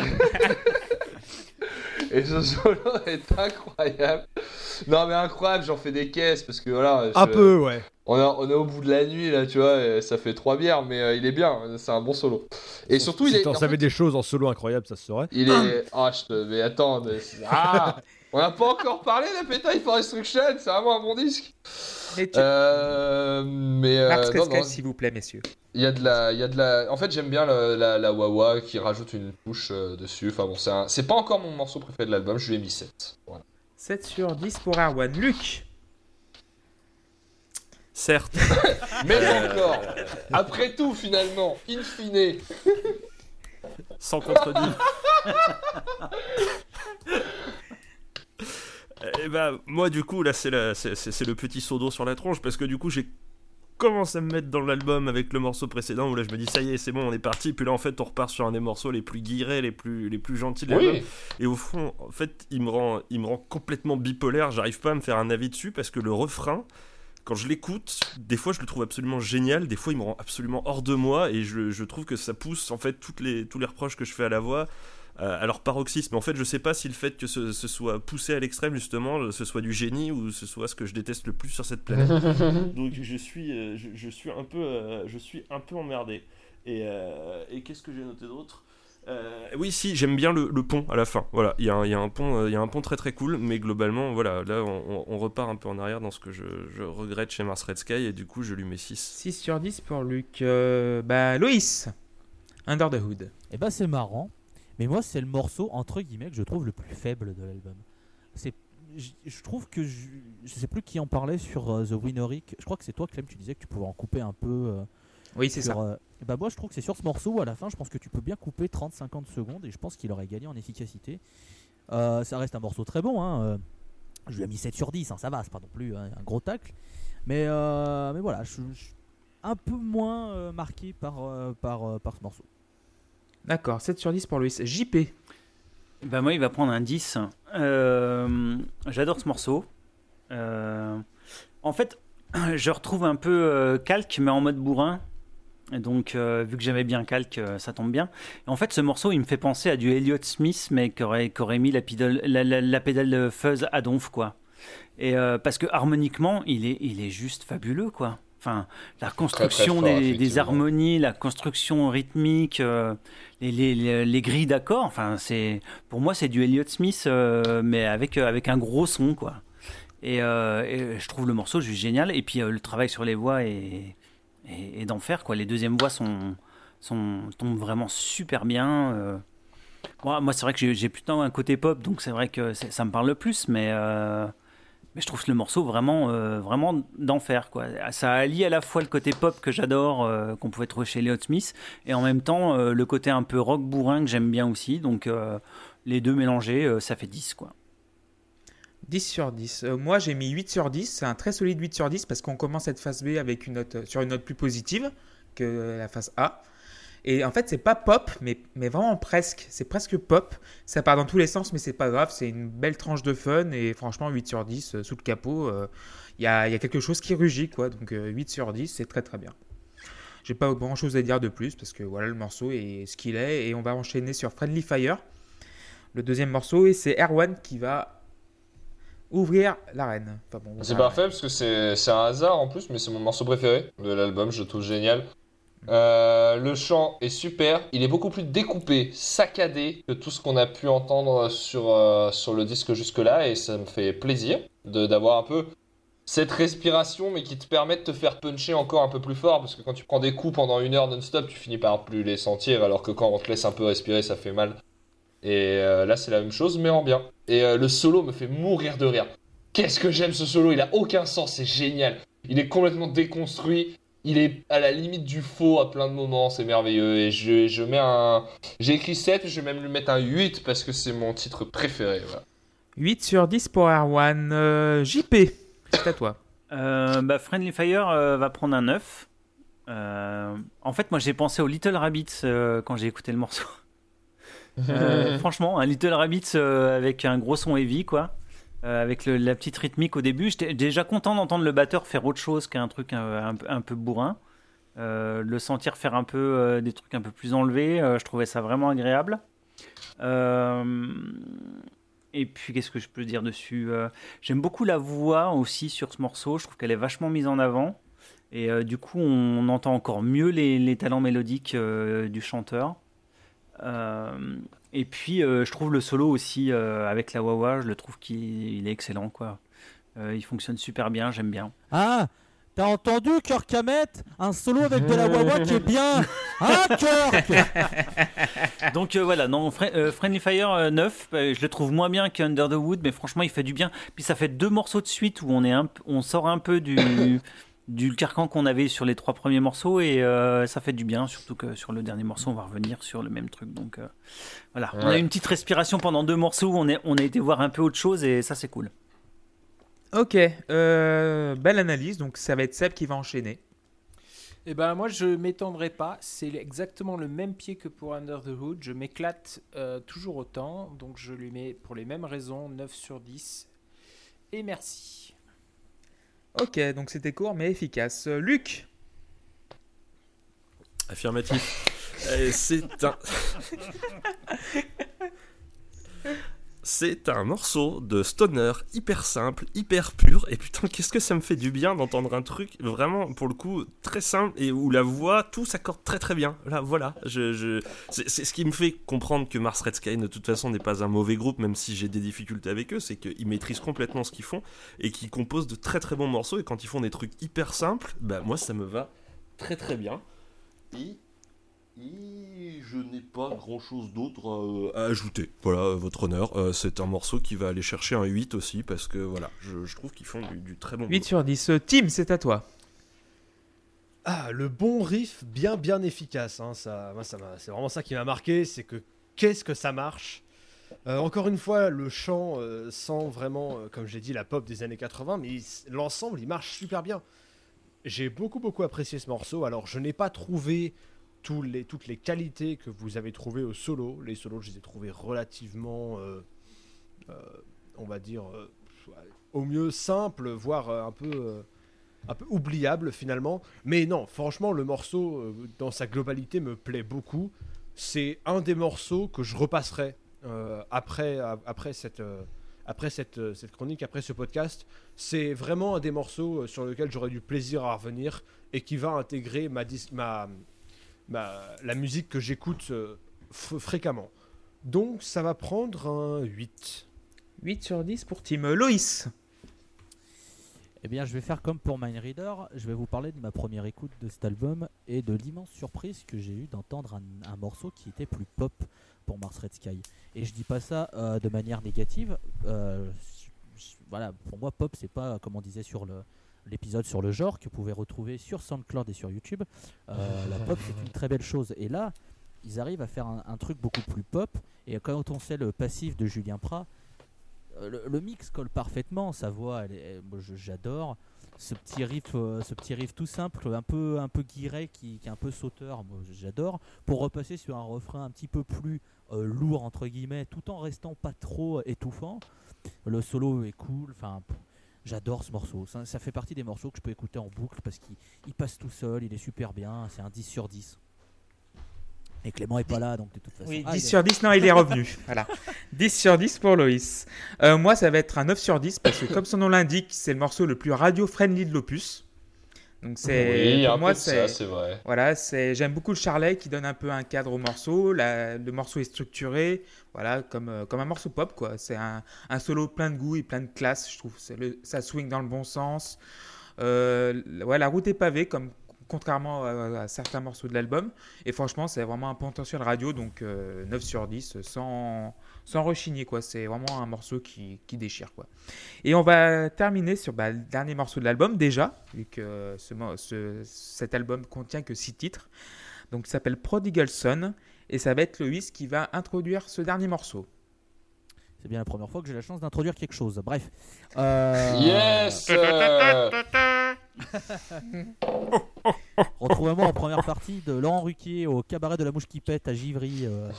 Et ce solo est incroyable. Non mais incroyable, j'en fais des caisses parce que voilà. Un je- peu, ouais. On, a- on est au bout de la nuit là, tu vois, et ça fait trois bières, mais euh, il est bien, c'est un bon solo. Et surtout, si il est. t'en en savais fait, des choses en solo incroyables, ça se saurait. il est. Ah, je te. Mais attends, mais... ah on n'a pas encore parlé d'Appetite for Destruction, c'est vraiment un bon disque. Mais tu... Euh. Mais. euh, Marc non, Trescal, non, s'il vous plaît, messieurs. il y a de la, il y a de la. En fait, j'aime bien le- la, la wah-wah qui rajoute une touche euh, dessus. Enfin bon, c'est un... c'est pas encore mon morceau préféré de l'album, je lui ai mis sept. Voilà. sept sur dix pour Erwan. Luc. Certes. Mais encore, après tout, finalement, in fine. Sans contredire. Et bah, moi, du coup, là, c'est, la- c'est, c'est- c'est le petit seau d'eau sur la tronche, parce que du coup, j'ai commencé à me mettre dans l'album avec le morceau précédent, où là, je me dis, ça y est, c'est bon, on est parti. Puis là, en fait, on repart sur un des morceaux les plus guirés, les plus, les plus gentils de l'album. Oui. Et au fond, en fait, il me rend, il me rend complètement bipolaire. J'arrive pas à me faire un avis dessus, parce que le refrain, quand je l'écoute, des fois je le trouve absolument génial, des fois il me rend absolument hors de moi, et je, je trouve que ça pousse en fait toutes les, tous les reproches que je fais à la voix euh, à leur paroxysme. En fait, je sais pas si le fait que ce, ce soit poussé à l'extrême, justement, ce soit du génie ou ce soit ce que je déteste le plus sur cette planète. Donc je suis, euh, je, je suis un peu, euh, je suis un peu emmerdé. Et, euh, et qu'est-ce que j'ai noté d'autre ? Euh, oui, si, j'aime bien le, le pont à la fin. Voilà, il y, a un- il y a un pont, euh, il y a un pont très très cool, mais globalement, voilà, là, on, on- on repart un peu en arrière dans ce que je, je regrette chez Mars Red Sky, et du coup, je lui mets six. six sur dix pour Luc. Euh, bah, Loïs. Under the Hood. Et bah c'est marrant, mais moi c'est le morceau entre guillemets que je trouve le plus faible de l'album. C'est, je, je trouve que je, je sais plus qui en parlait sur euh, The Winneric. Je crois que c'est toi Clem, tu disais que tu pouvais en couper un peu. euh, Oui, c'est sur, ça. euh, et bah moi je trouve que c'est sur ce morceau où à la fin je pense que tu peux bien couper trente à cinquante secondes et je pense qu'il aurait gagné en efficacité. Euh, ça reste un morceau très bon, hein. euh, je lui ai mis sept sur dix, hein, ça va, c'est pas non plus hein, un gros tacle. Mais, euh, mais voilà, je suis un peu moins euh, marqué par, euh, par, euh, par ce morceau. D'accord, sept sur dix pour Loïs. J P. Bah moi, il va prendre un dix. Euh, j'adore ce morceau. Euh, en fait, je retrouve un peu euh, Calque, mais en mode bourrin. Et donc, euh, vu que j'aimais bien Calque, euh, ça tombe bien. Et en fait, ce morceau, il me fait penser à du Elliott Smith, mais qui aurait, qui aurait mis la, pédale, la, la, la pédale de fuzz à donf, quoi. Et euh, parce que harmoniquement, il est, il est juste fabuleux, quoi. enfin, la construction très fort, des, des effectivement. harmonies, la construction rythmique, euh, les, les, les, les grilles d'accords. Enfin, c'est, pour moi, c'est du Elliott Smith, euh, mais avec, avec un gros son, quoi. Et, euh, et je trouve le morceau juste génial. Et puis, euh, le travail sur les voix est, est, est d'enfer, quoi. Les deuxièmes voix sont, sont, tombent vraiment super bien. Euh. Moi, moi, c'est vrai que j'ai, j'ai plutôt un côté pop, donc c'est vrai que c'est, ça me parle le plus, mais... Euh, Mais je trouve le morceau vraiment, euh, vraiment d'enfer, quoi. Ça allie à la fois le côté pop que j'adore, euh, qu'on pouvait trouver chez Elliott Smith, et en même temps euh, le côté un peu rock bourrin que j'aime bien aussi. Donc euh, les deux mélangés, euh, ça fait dix, quoi. dix sur dix. Euh, moi, j'ai mis huit sur dix. C'est un très solide huit sur dix parce qu'on commence cette phase B avec une note, sur une note plus positive que la phase A. Et en fait, c'est pas pop, mais, mais vraiment presque. C'est presque pop. Ça part dans tous les sens, mais c'est pas grave. C'est une belle tranche de fun. Et franchement, huit sur dix, euh, sous le capot, il euh, y, a, y a quelque chose qui rugit, quoi. Donc euh, huit sur dix, c'est très très bien. J'ai pas grand chose à dire de plus parce que voilà, le morceau est ce qu'il est. Et on va enchaîner sur Friendly Fire, le deuxième morceau. Et c'est Erwan qui va ouvrir l'arène. Enfin, bon, C'est parfait parce que c'est, c'est un hasard en plus, mais c'est mon morceau préféré de l'album. Je le trouve génial. Euh, le chant est super, il est beaucoup plus découpé, saccadé que tout ce qu'on a pu entendre sur, euh, sur le disque jusque-là, et ça me fait plaisir de, d'avoir un peu cette respiration, mais qui te permet de te faire puncher encore un peu plus fort, parce que quand tu prends des coups pendant une heure non-stop, tu finis par plus les sentir, alors que quand on te laisse un peu respirer, ça fait mal. Et euh, là, c'est la même chose, mais en bien. Et euh, le solo me fait mourir de rire. Qu'est-ce que j'aime ce solo, il a aucun sens, c'est génial. Il est complètement déconstruit. Il est à la limite du faux à plein de moments, c'est merveilleux. Et je, je mets un... J'ai écrit sept, je vais même lui mettre un huit parce que c'est mon titre préféré. Voilà. huit sur dix pour Erwan. Euh, J P, c'est à toi. Euh, bah, Friendly Fire euh, va prendre un neuf. Euh, en fait, moi j'ai pensé au Little Rabbits euh, quand j'ai écouté le morceau. euh, franchement, un Little Rabbits euh, avec un gros son heavy, quoi. Euh, avec le, la petite rythmique au début. J'étais déjà content d'entendre le batteur faire autre chose qu'un truc un, un, un peu bourrin. Euh, le sentir faire un peu euh, des trucs un peu plus enlevés, euh, je trouvais ça vraiment agréable. Euh, et puis, qu'est-ce que je peux dire dessus ? euh, J'aime beaucoup la voix aussi sur ce morceau. Je trouve qu'elle est vachement mise en avant. Et euh, du coup, on, on entend encore mieux les, les talents mélodiques euh, du chanteur. Euh, et puis euh, je trouve le solo aussi euh, avec la wah-wah, je le trouve qu'il il est excellent, quoi. Euh, il fonctionne super bien, j'aime bien. Ah, t'as entendu, Kirk Hammett ? Un solo avec de la wah-wah qui est bien. Ah, Kirk. Donc euh, voilà, non, Fre- euh, Friendly Fire euh, neuf, euh, je le trouve moins bien qu'Under the Wood, mais franchement il fait du bien. Puis ça fait deux morceaux de suite où on, est un p- on sort un peu du, du carcan qu'on avait sur les trois premiers morceaux, et euh, ça fait du bien, surtout que sur le dernier morceau on va revenir sur le même truc. Donc euh, voilà, Ouais. on a eu une petite respiration pendant deux morceaux où on, est, on a été voir un peu autre chose, et ça c'est cool. Ok, euh, belle analyse. Donc ça va être Seb qui va enchaîner. Eh ben moi je m'étendrai pas, c'est exactement le même pied que pour Under the Hood, je m'éclate euh, toujours autant, donc je lui mets pour les mêmes raisons neuf sur dix, et merci. Ok, donc c'était court mais efficace. Euh, Luc. Affirmatif. Euh, c'est un. C'est un morceau de stoner hyper simple, hyper pur, et putain, qu'est-ce que ça me fait du bien d'entendre un truc vraiment, pour le coup, très simple, et où la voix, tout s'accorde très très bien. Là, voilà, je, je... C'est, c'est ce qui me fait comprendre que Mars Red Sky, de toute façon, n'est pas un mauvais groupe, même si j'ai des difficultés avec eux, c'est qu'ils maîtrisent complètement ce qu'ils font, et qu'ils composent de très très bons morceaux, et quand ils font des trucs hyper simples, bah moi, ça me va très très bien. Et... Et je n'ai pas grand chose d'autre à, à ajouter. Voilà, votre honneur. Euh, c'est un morceau qui va aller chercher un huit aussi, parce que voilà, je, je trouve qu'ils font du, du très bon huit sur dix. Euh, Tim, c'est à toi. Ah, le bon riff bien bien efficace. Hein, ça, moi, ça m'a, c'est vraiment ça qui m'a marqué, c'est que qu'est-ce que ça marche. Euh, encore une fois, le chant euh, sent vraiment, euh, comme j'ai dit, la pop des années quatre-vingts, mais il, l'ensemble, il marche super bien. J'ai beaucoup beaucoup apprécié ce morceau. Alors, je n'ai pas trouvé tous les, toutes les qualités que vous avez trouvées au solo. Les solos, je les ai trouvés relativement, euh, euh, on va dire, euh, au mieux simples, voire euh, un peu... Euh, un peu oubliable finalement, mais non, franchement le morceau euh, dans sa globalité me plaît beaucoup. C'est un des morceaux que je repasserai euh, après, à, après, cette, euh, après cette, euh, cette chronique, après ce podcast. C'est vraiment un des morceaux euh, sur lequel j'aurais du plaisir à revenir et qui va intégrer ma, dis- ma, ma, la musique que j'écoute euh, f- fréquemment. Donc ça va prendre un huit. huit sur dix pour Team Loïs. Eh bien, je vais faire comme pour Mind Reader. Je vais vous parler de ma première écoute de cet album et de l'immense surprise que j'ai eue d'entendre un, un morceau qui était plus pop pour Mars Red Sky. Et je dis pas ça euh, de manière négative. Euh, je- je- voilà, pour moi, pop, c'est pas comme on disait sur le, l'épisode sur le genre que vous pouvez retrouver sur SoundCloud et sur YouTube. Euh, la pop, c'est une très belle chose. Et là, ils arrivent à faire un, un truc beaucoup plus pop. Et quand on sait le passif de Julien Prat, Le, le mix colle parfaitement, sa voix, elle est, moi, je- j'adore ce petit riff, euh, ce petit riff tout simple, un peu, un peu guiré, qui, qui est un peu sauteur, moi, j'adore. Pour repasser sur un refrain un petit peu plus euh, lourd entre guillemets, tout en restant pas trop étouffant. Le solo est cool, enfin, pff, j'adore ce morceau. Ça, ça fait partie des morceaux que je peux écouter en boucle parce qu'il il passe tout seul, il est super bien, c'est un dix sur dix. Et Clément est pas là, donc de toute façon. Oui, Ah, dix il est- sur dix, non, il est revenu. Voilà. dix sur dix pour Loïs. Euh, moi, ça va être un neuf sur dix parce que, comme son nom l'indique, c'est le morceau le plus radio-friendly de l'opus. Donc, c'est, Oui, pour un moi, peu de c'est, ça, c'est vrai. voilà, c'est, j'aime beaucoup le charlet qui donne un peu un cadre au morceau. La- le morceau est structuré, voilà, comme, euh, comme un morceau pop, quoi. C'est un, un solo plein de goût et plein de classe, je trouve. C'est le, ça swing dans le bon sens. Euh, ouais, la route est pavée, comme contrairement à, à certains morceaux de l'album. Et franchement, c'est vraiment un potentiel radio, donc euh, neuf sur dix, sans, sans rechigner, quoi. C'est vraiment un morceau qui, qui déchire, quoi. Et on va terminer sur bah, le dernier morceau de l'album, déjà, vu que ce, mo- ce- cet album contient que six titres. Donc, il s'appelle Prodigal Son, et ça va être Loïs qui va introduire ce dernier morceau. C'est bien la première fois que j'ai la chance d'introduire quelque chose. Bref. Euh, Yes euh, Retrouvez-moi en première partie de Laurent Ruquier au cabaret de la mouche qui pète à Givry. euh.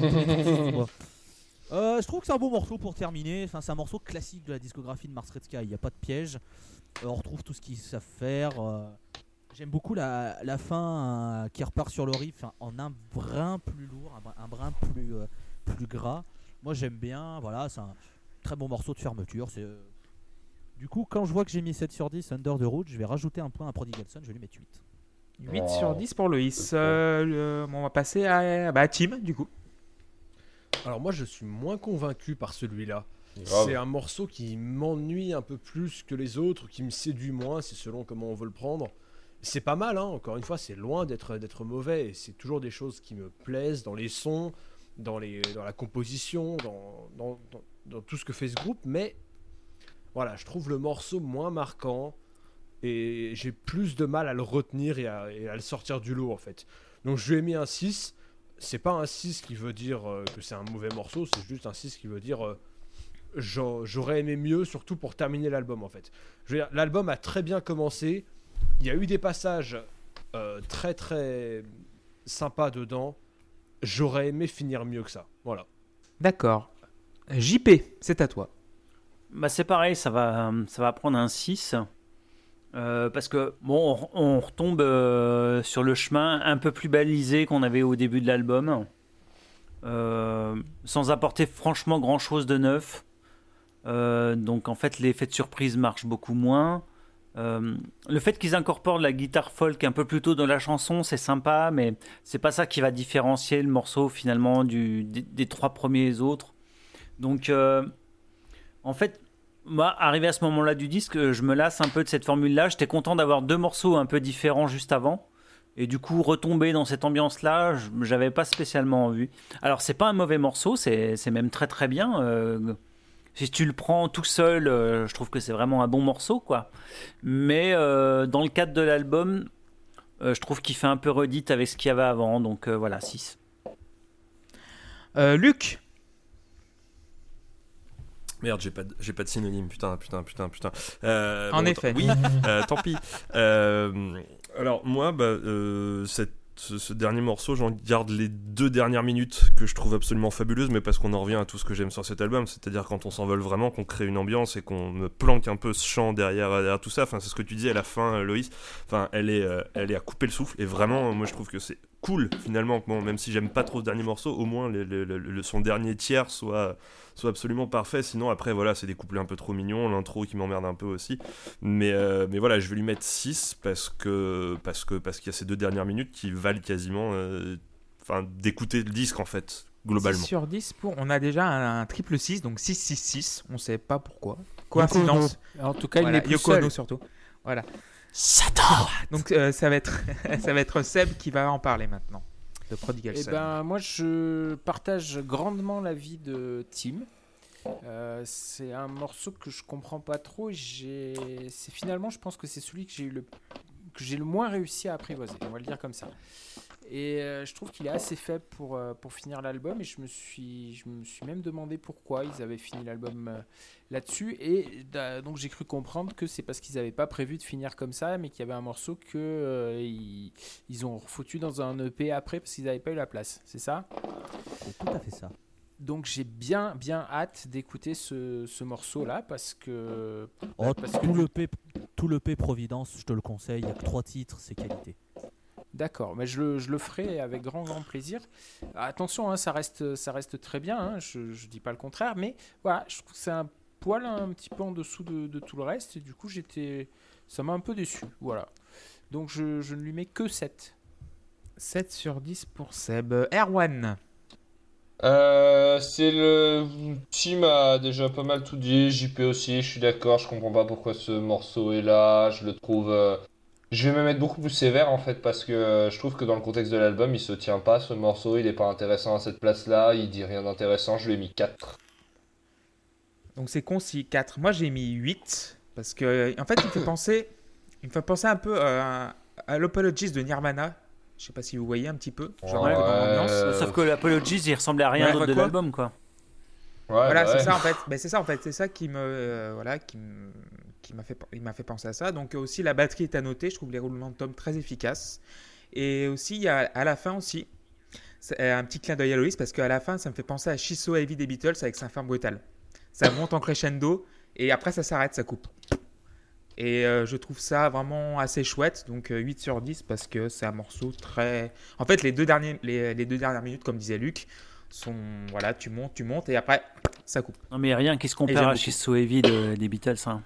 Euh, je trouve que c'est un beau morceau pour terminer. Enfin, c'est un morceau classique de la discographie de Mars Red Sky. Il n'y a pas de piège. Euh, on retrouve tout ce qu'ils savent faire. Euh, J'aime beaucoup la, la fin euh, qui repart sur le riff hein, en un brin plus lourd, un, brin- un brin plus, euh, plus gras. Moi j'aime bien. Voilà, c'est un très bon morceau de fermeture. C'est, euh, Du coup, quand je vois que j'ai mis sept sur dix Under the Road, je vais rajouter un point à Prodigal Son. Je vais lui mettre huit. huit Wow. sur dix pour Loïs. Euh, le- bon, on va passer à, bah, à Tim, du coup. Alors moi je suis moins convaincu par celui-là. Grave. C'est un morceau qui m'ennuie un peu plus que les autres, qui me séduit moins, c'est selon comment on veut le prendre. C'est pas mal, hein, encore une fois, c'est loin d'être, d'être mauvais, et c'est toujours des choses qui me plaisent dans les sons, dans, les, dans la composition, dans, dans, dans, dans tout ce que fait ce groupe, mais voilà, je trouve le morceau moins marquant, et j'ai plus de mal à le retenir et à, et à le sortir du lot en fait. Donc je lui ai mis un six, c'est pas un six qui veut dire euh, que c'est un mauvais morceau, c'est juste un six qui veut dire... Euh, J'en- j'aurais aimé mieux, surtout pour terminer l'album en fait. Je veux dire, l'album a très bien commencé, il y a eu des passages euh, très très sympas dedans, j'aurais aimé finir mieux que ça, voilà. D'accord. J P, c'est à toi. Bah c'est pareil, ça va, ça va prendre un six. Euh, parce que bon, on, on retombe euh, sur le chemin un peu plus balisé qu'on avait au début de l'album, euh, sans apporter franchement grand chose de neuf. Euh, donc en fait, l'effet de surprise marche beaucoup moins. Euh, le fait qu'ils incorporent de la guitare folk un peu plus tôt dans la chanson, c'est sympa, mais c'est pas ça qui va différencier le morceau finalement du, des, des trois premiers autres. Donc euh, en fait, moi, arrivé à ce moment-là du disque, je me lasse un peu de cette formule-là. J'étais content d'avoir deux morceaux un peu différents juste avant. Et du coup, retomber dans cette ambiance-là, je- j'avais pas spécialement envie. Alors, c'est pas un mauvais morceau, c'est, c'est même très très bien. Euh, si tu le prends tout seul, euh, je trouve que c'est vraiment un bon morceau, quoi. Mais euh, dans le cadre de l'album, euh, je trouve qu'il fait un peu redite avec ce qu'il y avait avant. Donc euh, voilà, six. Euh, Luc. Merde, j'ai pas, de, j'ai pas de synonyme, putain, putain, putain, putain. Euh, En bon, effet. tant- Oui, euh, tant pis. Euh, alors, moi, bah, euh, cette ce, ce dernier morceau, j'en garde les deux dernières minutes que je trouve absolument fabuleuses, mais parce qu'on en revient à tout ce que j'aime sur cet album, c'est-à-dire quand on s'envole vraiment, qu'on crée une ambiance et qu'on me planque un peu ce chant derrière, derrière tout ça. Enfin, c'est ce que tu disais à la fin, Loïs. Enfin, elle est, euh, elle est à couper le souffle, et vraiment, moi je trouve que c'est cool finalement. Bon, même si j'aime pas trop ce dernier morceau, au moins le, le, le, le, son dernier tiers soit, soit absolument parfait. Sinon, après, voilà, c'est des couplets un peu trop mignons, l'intro qui m'emmerde un peu aussi. Mais, euh, mais voilà, je vais lui mettre six parce que parce que parce qu'il y a ces deux dernières minutes qui valent quasiment euh, enfin d'écouter le disque en fait globalement. six sur dix pour on a déjà un, un triple six donc six six six, on sait pas pourquoi. Coïncidence. En tout cas, Voilà, il est plus Yoko seul. Ono surtout. Voilà. Satan. Donc euh, ça va être ça va être Seb qui va en parler maintenant de Prodigal Eh Son. ben, moi, je partage grandement l'avis de Tim. Euh, c'est un morceau que je comprends pas trop. J'ai... C'est finalement, je pense que c'est celui que j'ai eu le que j'ai le moins réussi à apprivoiser. On va le dire comme ça. Et euh, je trouve qu'il est assez faible pour euh, pour finir l'album. Et je me suis je me suis même demandé pourquoi ils avaient fini l'album euh, là-dessus. Et euh, donc j'ai cru comprendre que c'est parce qu'ils n'avaient pas prévu de finir comme ça, mais qu'il y avait un morceau que euh, ils, ils ont foutu dans un E P après parce qu'ils n'avaient pas eu la place. C'est ça ? C'est tout à fait ça. Donc j'ai bien bien hâte d'écouter ce, ce morceau là parce que, Oh, parce que tout, le P, tout le P Providence, je te le conseille, il n'y a que trois titres, c'est qualité. D'accord, mais je le, je le ferai avec grand grand plaisir. Attention, hein, ça reste ça reste très bien, hein, je ne dis pas le contraire, mais voilà, je trouve que c'est un poil un petit peu en dessous de, de tout le reste et du coup j'étais ça m'a un peu déçu, voilà. Donc je, je ne lui mets que sept. sept sur dix pour Seb. Erwan. Euh, c'est le Tim a déjà pas mal tout dit, J P aussi, je suis d'accord, je comprends pas pourquoi ce morceau est là, je le trouve euh, je vais même être beaucoup plus sévère en fait parce que euh, je trouve que dans le contexte de l'album, il se tient pas ce morceau, il est pas intéressant à cette place-là, il dit rien d'intéressant, je lui ai mis quatre. Donc c'est concis, quatre. Moi j'ai mis huit parce que en fait il me fait penser il me fait penser un peu à, à l'Apologies de Nirvana. Je sais pas si vous voyez un petit peu, genre Ouais. un peu dans l'ambiance. Euh, Sauf que l'Apologies, il ressemblait à rien Ouais, d'autre bah de quoi l'album, quoi. Ouais, Voilà, bah c'est ouais. ça en fait. Ben, c'est ça en fait, c'est ça qui me euh, voilà, qui me qui m'a fait il m'a fait penser à ça. Donc euh, aussi la batterie est à noter, je trouve les roulements de tom très efficaces. Et aussi il y a à la fin aussi c'est un petit clin d'œil à Loïs parce qu'à la fin ça me fait penser à She's So Heavy des Beatles avec sa fin brutale. Ça monte en crescendo et après ça s'arrête, ça coupe. Et euh, je trouve ça vraiment assez chouette, donc euh, huit sur dix parce que c'est un morceau très... En fait, les deux, derniers, les, les deux dernières minutes, comme disait Luc, sont... Voilà, tu montes, tu montes et après, ça coupe. Non, mais rien qui se Et compare j'aime à beaucoup. chez So Heavy de- des Beatles. Hein.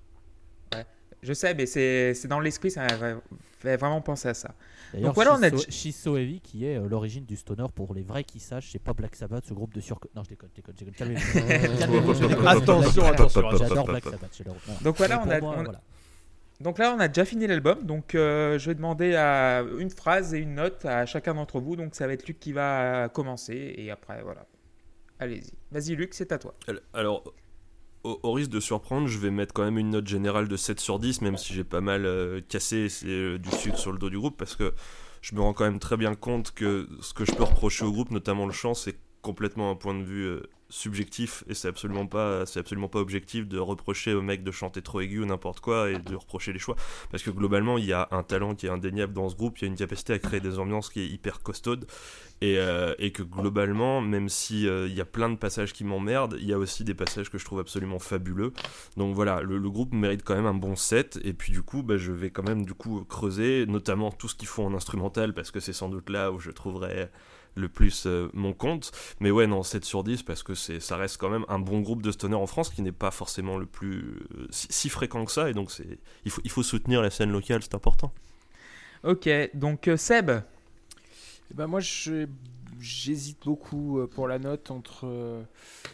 Je sais, mais c'est, c'est dans l'esprit, ça m'a fait vraiment penser à ça. D'ailleurs, Donc voilà, on a She's So- dit- She's So Heavy, qui est euh, l'origine du stoner pour les vrais qui sachent, c'est pas Black Sabbath, ce groupe de sur... Non, je déconne, je déconne, je déconne. Calmez-vous. Calmez-vous, je déconne. Attention, attention, attention. J'adore Black Sabbath. J'adore. Voilà. Donc voilà, Mais on pour a, moi, on- voilà. donc là, on a déjà fini l'album. Donc euh, je vais demander à une phrase et une note à chacun d'entre vous. Donc ça va être Luc qui va commencer et après, voilà. Allez-y. Vas-y, Luc, c'est à toi. Alors, au, au risque de surprendre, je vais mettre quand même une note générale de sept sur dix, même si j'ai pas mal euh, cassé c'est, euh, du sucre sur le dos du groupe, parce que je me rends quand même très bien compte que ce que je peux reprocher au groupe, notamment le chant, c'est complètement un point de vue euh, subjectif, et c'est absolument pas c'est absolument pas objectif de reprocher au mec de chanter trop aigu ou n'importe quoi et de reprocher les choix, parce que globalement il y a un talent qui est indéniable dans ce groupe, il y a une capacité à créer des ambiances qui est hyper costaude, et, euh, et que globalement, même si euh, il y a plein de passages qui m'emmerdent, il y a aussi des passages que je trouve absolument fabuleux. Donc voilà, le, le groupe mérite quand même un bon set, et puis du coup bah, je vais quand même du coup creuser notamment tout ce qu'ils font en instrumental, parce que c'est sans doute là où je trouverai le plus euh, mon compte. Mais ouais, non, sept sur dix parce que c'est, ça reste quand même un bon groupe de stoner en France qui n'est pas forcément le plus euh, si, si fréquent que ça, et donc c'est, il, faut, il faut soutenir la scène locale, c'est important. Ok, donc euh, Seb. Eh ben moi, je- j'hésite beaucoup euh, pour la note entre euh,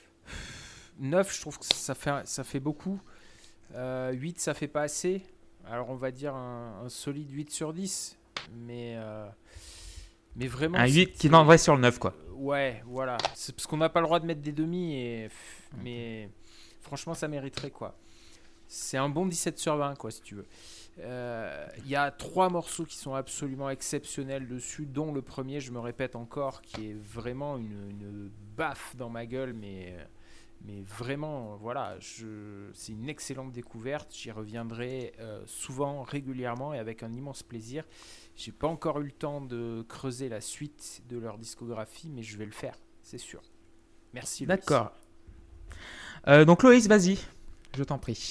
neuf, je trouve que ça fait, ça fait beaucoup. Euh, huit, ça fait pas assez. Alors, on va dire un, un solide huit sur dix. Mais, euh, mais vraiment. Un huit c'est- qui vendrait sur le neuf, quoi. Ouais, voilà. C'est parce qu'on n'a pas le droit de mettre des demi. Et, mais franchement, ça mériterait, quoi. C'est un bon dix-sept sur vingt, quoi, si tu veux. Euh, Il y a trois morceaux qui sont absolument exceptionnels dessus, dont le premier, je me répète encore, qui est vraiment une, une baffe dans ma gueule, mais, Mais vraiment, voilà, je... c'est une excellente découverte. J'y reviendrai euh, souvent, régulièrement et avec un immense plaisir. J'ai pas encore eu le temps de creuser la suite de leur discographie, mais je vais le faire, c'est sûr. Merci. Loïs. D'accord. Euh, donc Loïs, vas-y, je t'en prie.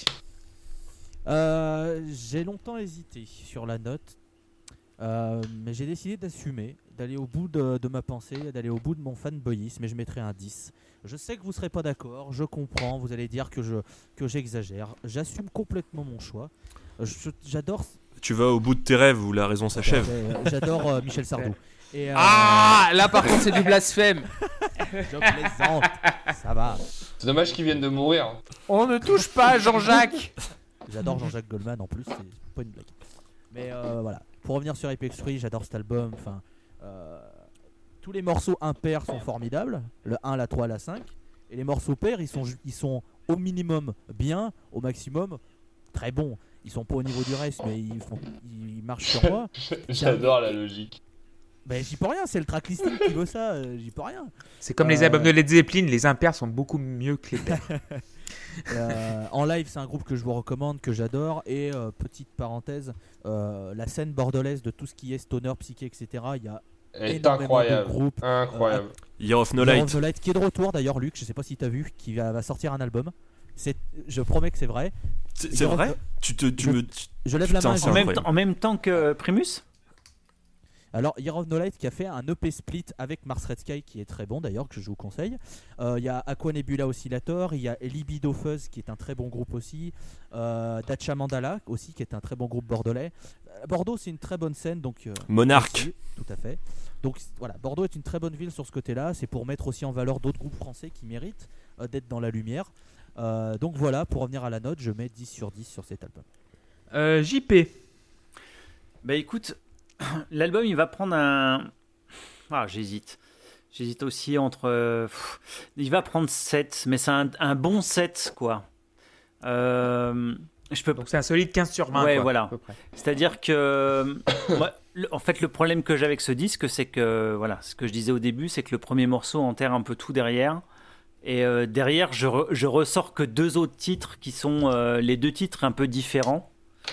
Euh, j'ai longtemps hésité sur la note, euh, mais j'ai décidé d'assumer, d'aller au bout de, de ma pensée, d'aller au bout de mon fanboyisme, et je mettrai un dix. Je sais que vous ne serez pas d'accord, je comprends, vous allez dire que, je, que j'exagère. J'assume complètement mon choix. Je, j'adore... Tu vas au bout de tes rêves où la raison s'achève. J'adore euh, Michel Sardou. Et, euh... Ah, là par contre c'est du blasphème. Je plaisante, ça va. C'est dommage qu'ils viennent de mourir. On ne touche pas à Jean-Jacques. J'adore Jean-Jacques Goldman en plus, c'est pas une blague. Mais euh, voilà, pour revenir sur Apex trois, j'adore cet album. Enfin, euh, tous les morceaux impairs sont formidables, le un, la trois, la cinq. Et les morceaux pairs, ils sont, ils sont au minimum bien, au maximum très bons. Ils sont pas au niveau du reste, mais ils, font, ils marchent sur moi. J'adore la logique. Ben j'y peux rien, c'est le tracklisting qui veut ça, euh, j'y peux rien. C'est comme euh... les albums de Led Zeppelin, les impairs sont beaucoup mieux que les pairs. euh, en live, c'est un groupe que je vous recommande, que j'adore. Et euh, petite parenthèse, euh, la scène bordelaise de tout ce qui est stoner, psyché, et cetera. Il y a est énormément incroyable. de groupes. Incroyable. Euh, Year of No Year Light. of No Light, qui est de retour d'ailleurs, Luc. Je sais pas si t'as vu, qui va, va sortir un album. C'est, je promets que c'est vrai. C'est, c'est vrai of... Tu te, tu je, me. Je lève Putain, la main. c'est En même, en même temps que Primus. Alors, Year of No Light qui a fait un E P split avec Mars Red Sky qui est très bon d'ailleurs, que je vous conseille. Il euh, y a Aqua Nebula Oscillator, il y a Libido Fuzz qui est un très bon groupe aussi. Euh, Dacha Mandala aussi qui est un très bon groupe bordelais. Euh, Bordeaux c'est une très bonne scène donc. Euh, Monarque. Aussi, tout à fait. Donc voilà, Bordeaux est une très bonne ville sur ce côté-là. C'est pour mettre aussi en valeur d'autres groupes français qui méritent euh, d'être dans la lumière. Euh, donc voilà, pour revenir à la note, je mets dix sur dix sur cet album. Euh, J P. Bah écoute. L'album, il va prendre un... Ah, j'hésite. J'hésite aussi entre... Pff, il va prendre sept, mais c'est un, un bon sept, quoi. Euh, je peux... Donc c'est un solide quinze sur vingt, ouais, quoi, voilà. à peu près. C'est-à-dire que... moi, le, en fait, le problème que j'ai avec ce disque, c'est que... Voilà, ce que je disais au début, c'est que le premier morceau enterre un peu tout derrière. Et euh, derrière, je, re, je ressors que deux autres titres qui sont euh, les deux titres un peu différents.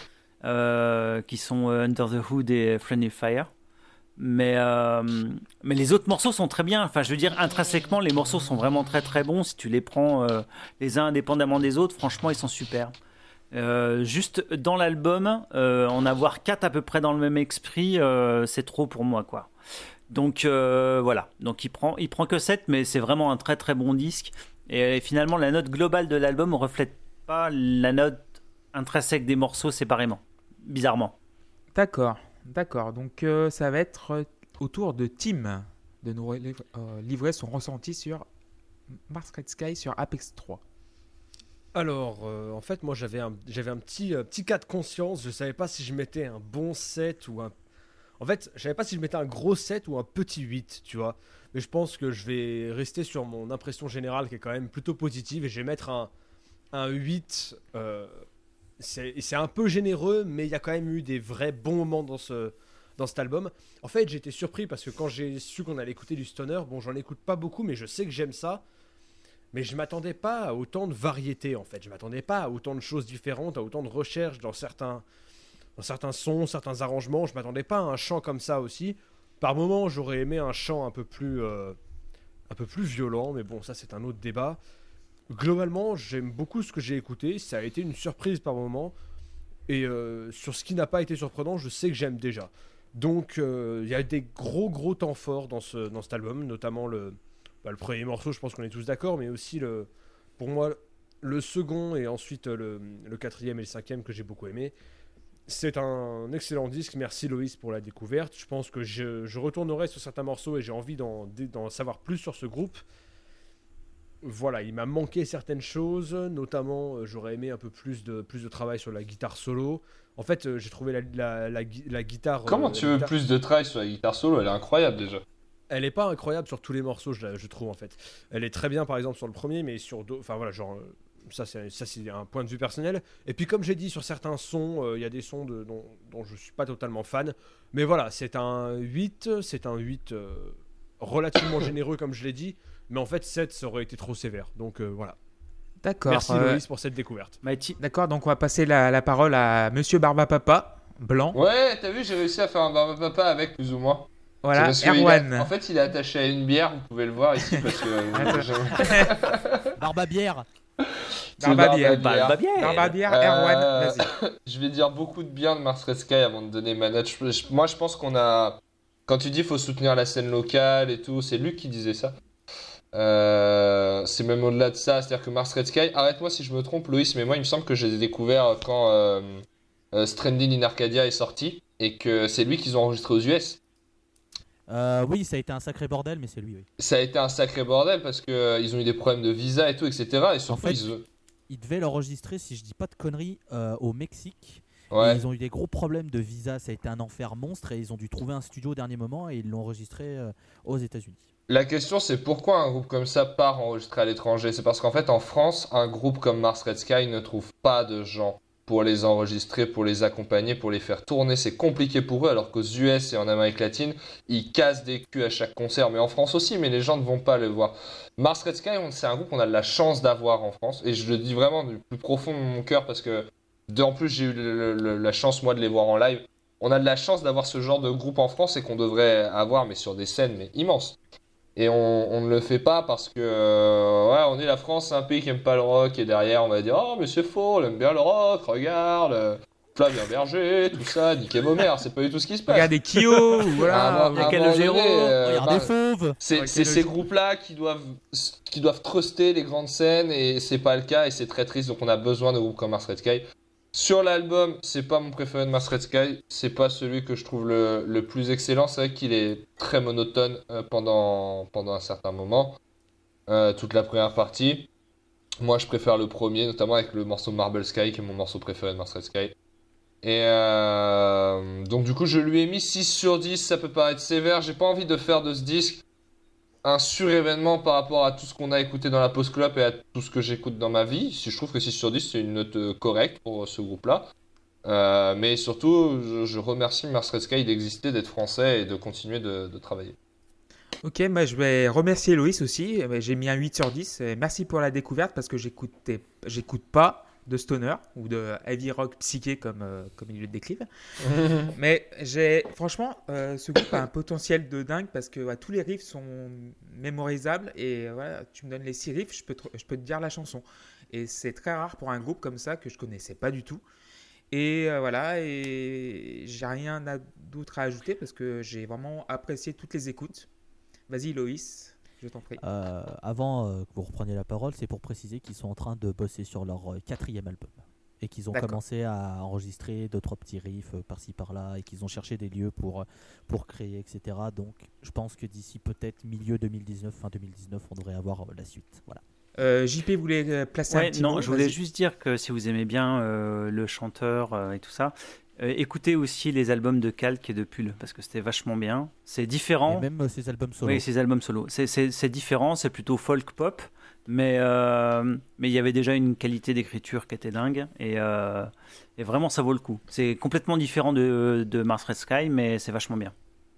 Euh, qui sont euh, Under the Hood et Friendly Fire, mais, euh, mais les autres morceaux sont très bien. Enfin, je veux dire, intrinsèquement, les morceaux sont vraiment très très bons. Si tu les prends euh, les uns indépendamment des autres, franchement, ils sont super. Euh, juste dans l'album, euh, en avoir quatre à peu près dans le même esprit, euh, c'est trop pour moi, quoi. Donc euh, voilà. Donc il prend, il prend que sept, mais c'est vraiment un très très bon disque. Et, et finalement, la note globale de l'album ne reflète pas la note intrinsèque des morceaux séparément. Bizarrement. D'accord, d'accord. Donc euh, ça va être euh, au tour de Tim de nous livrer, euh, livrer son ressenti sur Mars Red Sky sur Apex trois. Alors, euh, en fait, moi j'avais un, j'avais un petit, euh, petit cas de conscience. Je savais pas si je mettais un bon sept ou un. En fait, je savais pas si je mettais un gros sept ou un petit huit, tu vois. Mais je pense que je vais rester sur mon impression générale qui est quand même plutôt positive et je vais mettre un, un huit. Euh, C'est, c'est un peu généreux, mais il y a quand même eu des vrais bons moments dans, ce, dans cet album. En fait, j'ai été surpris parce que quand j'ai su qu'on allait écouter du stoner, bon, j'en écoute pas beaucoup, mais je sais que j'aime ça. Mais je m'attendais pas à autant de variété, en fait. Je m'attendais pas à autant de choses différentes, à autant de recherches dans certains, dans certains sons, certains arrangements. Je m'attendais pas à un chant comme ça aussi. Par moments, j'aurais aimé un chant un peu plus, euh, un peu plus violent, mais bon, ça, c'est un autre débat. Globalement, j'aime beaucoup ce que j'ai écouté. Ça a été une surprise par moment. Et euh, sur ce qui n'a pas été surprenant, je sais que j'aime déjà. Donc, il euh, y a des gros, gros temps forts dans, ce, dans cet album. Notamment le, bah, le premier morceau, je pense qu'on est tous d'accord. Mais aussi, le, pour moi, le second et ensuite le, le quatrième et le cinquième que j'ai beaucoup aimé. C'est un excellent disque. Merci Loïs pour la découverte. Je pense que je, je retournerai sur certains morceaux et j'ai envie d'en, d'en savoir plus sur ce groupe. Voilà, il m'a manqué certaines choses, notamment euh, j'aurais aimé un peu plus de, plus de travail sur la guitare solo. En fait, euh, j'ai trouvé la, la, la, la guitare... Comment euh, tu la veux guitare... plus de travail sur la guitare solo? Elle est incroyable déjà. Elle est pas incroyable sur tous les morceaux, je, je trouve en fait. Elle est très bien par exemple sur le premier, mais sur d'autres... Enfin voilà, genre... Ça c'est, ça, c'est un point de vue personnel. Et puis comme j'ai dit, sur certains sons, il euh, y a des sons de, dont, dont je suis pas totalement fan. Mais voilà, c'est un huit, c'est un huit euh, relativement généreux comme je l'ai dit. Mais en fait, sept, ça aurait été trop sévère. Donc euh, voilà. D'accord. Merci euh, Loïs pour cette découverte. Bah, ti- D'accord, donc on va passer la, la parole à Monsieur Barbapapa, blanc. Ouais, t'as vu, j'ai réussi à faire un barbe papa avec plus ou moins. Voilà, C'est parce que il a- Erwan. En fait, il est attaché à une bière, vous pouvez le voir ici parce que. Barbabière. C'est Barbabière. Barbabière. Barbabière. Barbabière, Euh, Erwan, vas-y. Je vais dire beaucoup de bien de Mars Red Sky avant de donner ma note. Je- je- moi, je pense qu'on a. Quand tu dis faut soutenir la scène locale et tout, c'est Luc qui disait ça. Euh, c'est même au-delà de ça, c'est-à-dire que Mars Red Sky, arrête-moi si je me trompe, Loïs, mais moi il me semble que j'ai découvert quand euh, euh, Stranding in Arcadia est sorti et que c'est lui qu'ils ont enregistré aux U S. Euh, oui, ça a été un sacré bordel, mais c'est lui, oui. Ça a été un sacré bordel parce que euh, ils ont eu des problèmes de visa et tout, et cetera. Et surtout, fait, ils ont... Ils devaient l'enregistrer, si je dis pas de conneries, euh, au Mexique. Et Ouais. ils ont eu des gros problèmes de visa, ça a été un enfer monstre et ils ont dû trouver un studio au dernier moment et ils l'ont enregistré euh, aux États-Unis. La question, c'est pourquoi un groupe comme ça part enregistrer à l'étranger. C'est parce qu'en fait, en France, un groupe comme Mars Red Sky ne trouve pas de gens pour les enregistrer, pour les accompagner, pour les faire tourner. C'est compliqué pour eux, alors qu'aux U S et en Amérique latine, ils cassent des culs à chaque concert. Mais en France aussi, mais les gens ne vont pas le voir. Mars Red Sky, on- c'est un groupe qu'on a de la chance d'avoir en France. Et je le dis vraiment du plus profond de mon cœur parce que, de- en plus, j'ai eu le- le- la chance, moi, de les voir en live. On a de la chance d'avoir ce genre de groupe en France et qu'on devrait avoir, mais sur des scènes mais immenses. Et on, on ne le fait pas parce que, euh, ouais, on est la France, c'est un pays qui aime pas le rock, et derrière on va dire, oh mais c'est faux, on aime bien le rock, regarde, euh, Flavien Berger, tout ça, niquez vos mères, c'est pas du tout ce qui se passe. Regardez Kyo, ou voilà. À un mo- à un Calogero, moment donné, euh, Regardez bah, Fauve. c'est Ouais, c'est quel ces logique. groupes-là qui doivent, qui doivent truster les grandes scènes et c'est pas le cas et c'est très triste, donc on a besoin de groupes comme Mars Red Sky. Sur l'album, c'est pas mon préféré de Mars Red Sky, c'est pas celui que je trouve le, le plus excellent, c'est vrai qu'il est très monotone euh, pendant, pendant un certain moment, euh, toute la première partie. Moi je préfère le premier, notamment avec le morceau Marble Sky qui est mon morceau préféré de Mars Red Sky. Et euh, donc du coup je lui ai mis six sur dix, ça peut paraître sévère, j'ai pas envie de faire de ce disque un surévénement par rapport à tout ce qu'on a écouté dans la Post Club et à tout ce que j'écoute dans ma vie. Si je trouve que six sur dix c'est une note euh, correcte pour ce groupe-là. Euh, mais surtout, je, je remercie Mars Red Sky d'exister, d'être français et de continuer de, de travailler. Ok, moi je vais remercier Loïs aussi. Euh, J'ai mis un huit sur dix. Et merci pour la découverte parce que j'écoutais, j'écoute pas de stoner ou de heavy rock psyché comme, euh, comme ils le décrivent. Mais j'ai, franchement, euh, ce groupe a un potentiel de dingue parce que ouais, tous les riffs sont mémorisables et euh, voilà, tu me donnes les six riffs, je peux, te, je peux te dire la chanson. Et c'est très rare pour un groupe comme ça que je connaissais pas du tout. Et euh, voilà, et j'ai rien à- d'autre à ajouter parce que j'ai vraiment apprécié toutes les écoutes. Vas-y Loïs, je t'en prie. Euh, avant euh, que vous repreniez la parole, c'est pour préciser qu'ils sont en train de bosser sur leur euh, quatrième album et qu'ils ont D'accord. commencé à enregistrer deux trois petits riffs euh, par-ci par-là et qu'ils ont cherché des lieux pour, euh, pour créer, et cetera. Donc je pense que d'ici peut-être milieu deux mille dix-neuf, fin deux mille dix-neuf, on devrait avoir euh, la suite. Voilà. Euh, J P voulait euh, placer un Ouais, petit non, mot. je voulais Vas-y. juste dire que si vous aimez bien euh, le chanteur euh, et tout ça, euh, écoutez aussi les albums de Calque et de Pull parce que c'était vachement bien. C'est différent. Et même euh, ces albums solo. Oui, ces albums solo. C'est- C'est c'est différent, c'est plutôt folk pop, mais euh, mais il y avait déjà une qualité d'écriture qui était dingue et, euh, et vraiment ça vaut le coup. C'est complètement différent de, de Mars Red Sky, mais c'est vachement bien.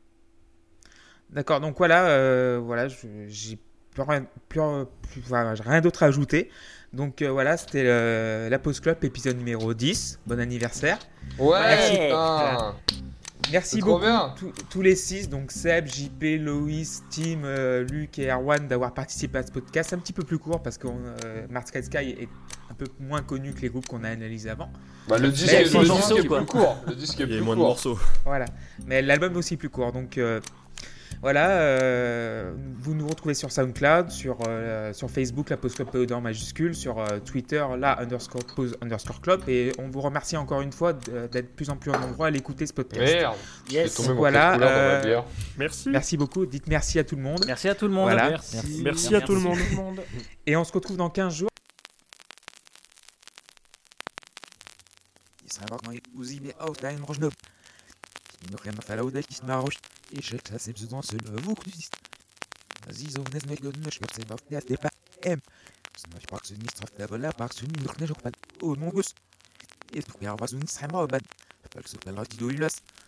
D'accord, donc voilà, euh, voilà, je- j'ai plus rien, plus, plus- voilà, j'ai rien d'autre à ajouter. Donc euh, voilà, c'était le- la Pause Club épisode numéro dix. Bon anniversaire. Ouais, Merci. putain. Merci C'est trop beaucoup bien. tous- tous les six, donc Seb, J P, Loïs, Tim, euh, Luc et Erwan d'avoir participé à ce podcast. Un petit peu plus court parce que euh, Mars Red Sky est un peu moins connu que les groupes qu'on a analysés avant. Bah, le disque, Mais le c'est disque morceaux, est quoi. plus court. Le disque est Il y a plus moins de court. morceaux. Voilà, mais l'album est aussi plus court. Donc euh, voilà, euh, vous nous retrouvez sur SoundCloud, sur, euh, sur Facebook, la Pause Club P O D en majuscule, sur euh, Twitter, la underscore pause underscore club. Et on vous remercie encore une fois d- d'être de plus en plus nombreux à l'écouter ce podcast. Merde. Yes. J'ai tombé mon Voilà, code couleur dans euh, ma bière. Merci. Merci beaucoup, dites merci à tout le monde. Merci à tout le monde. Voilà. Merci. Merci à tout le monde. Et on se retrouve dans quinze jours. Oh, mon gosse. Et pour faire un vaso, une semaine, ben, pas que ce soit le radio,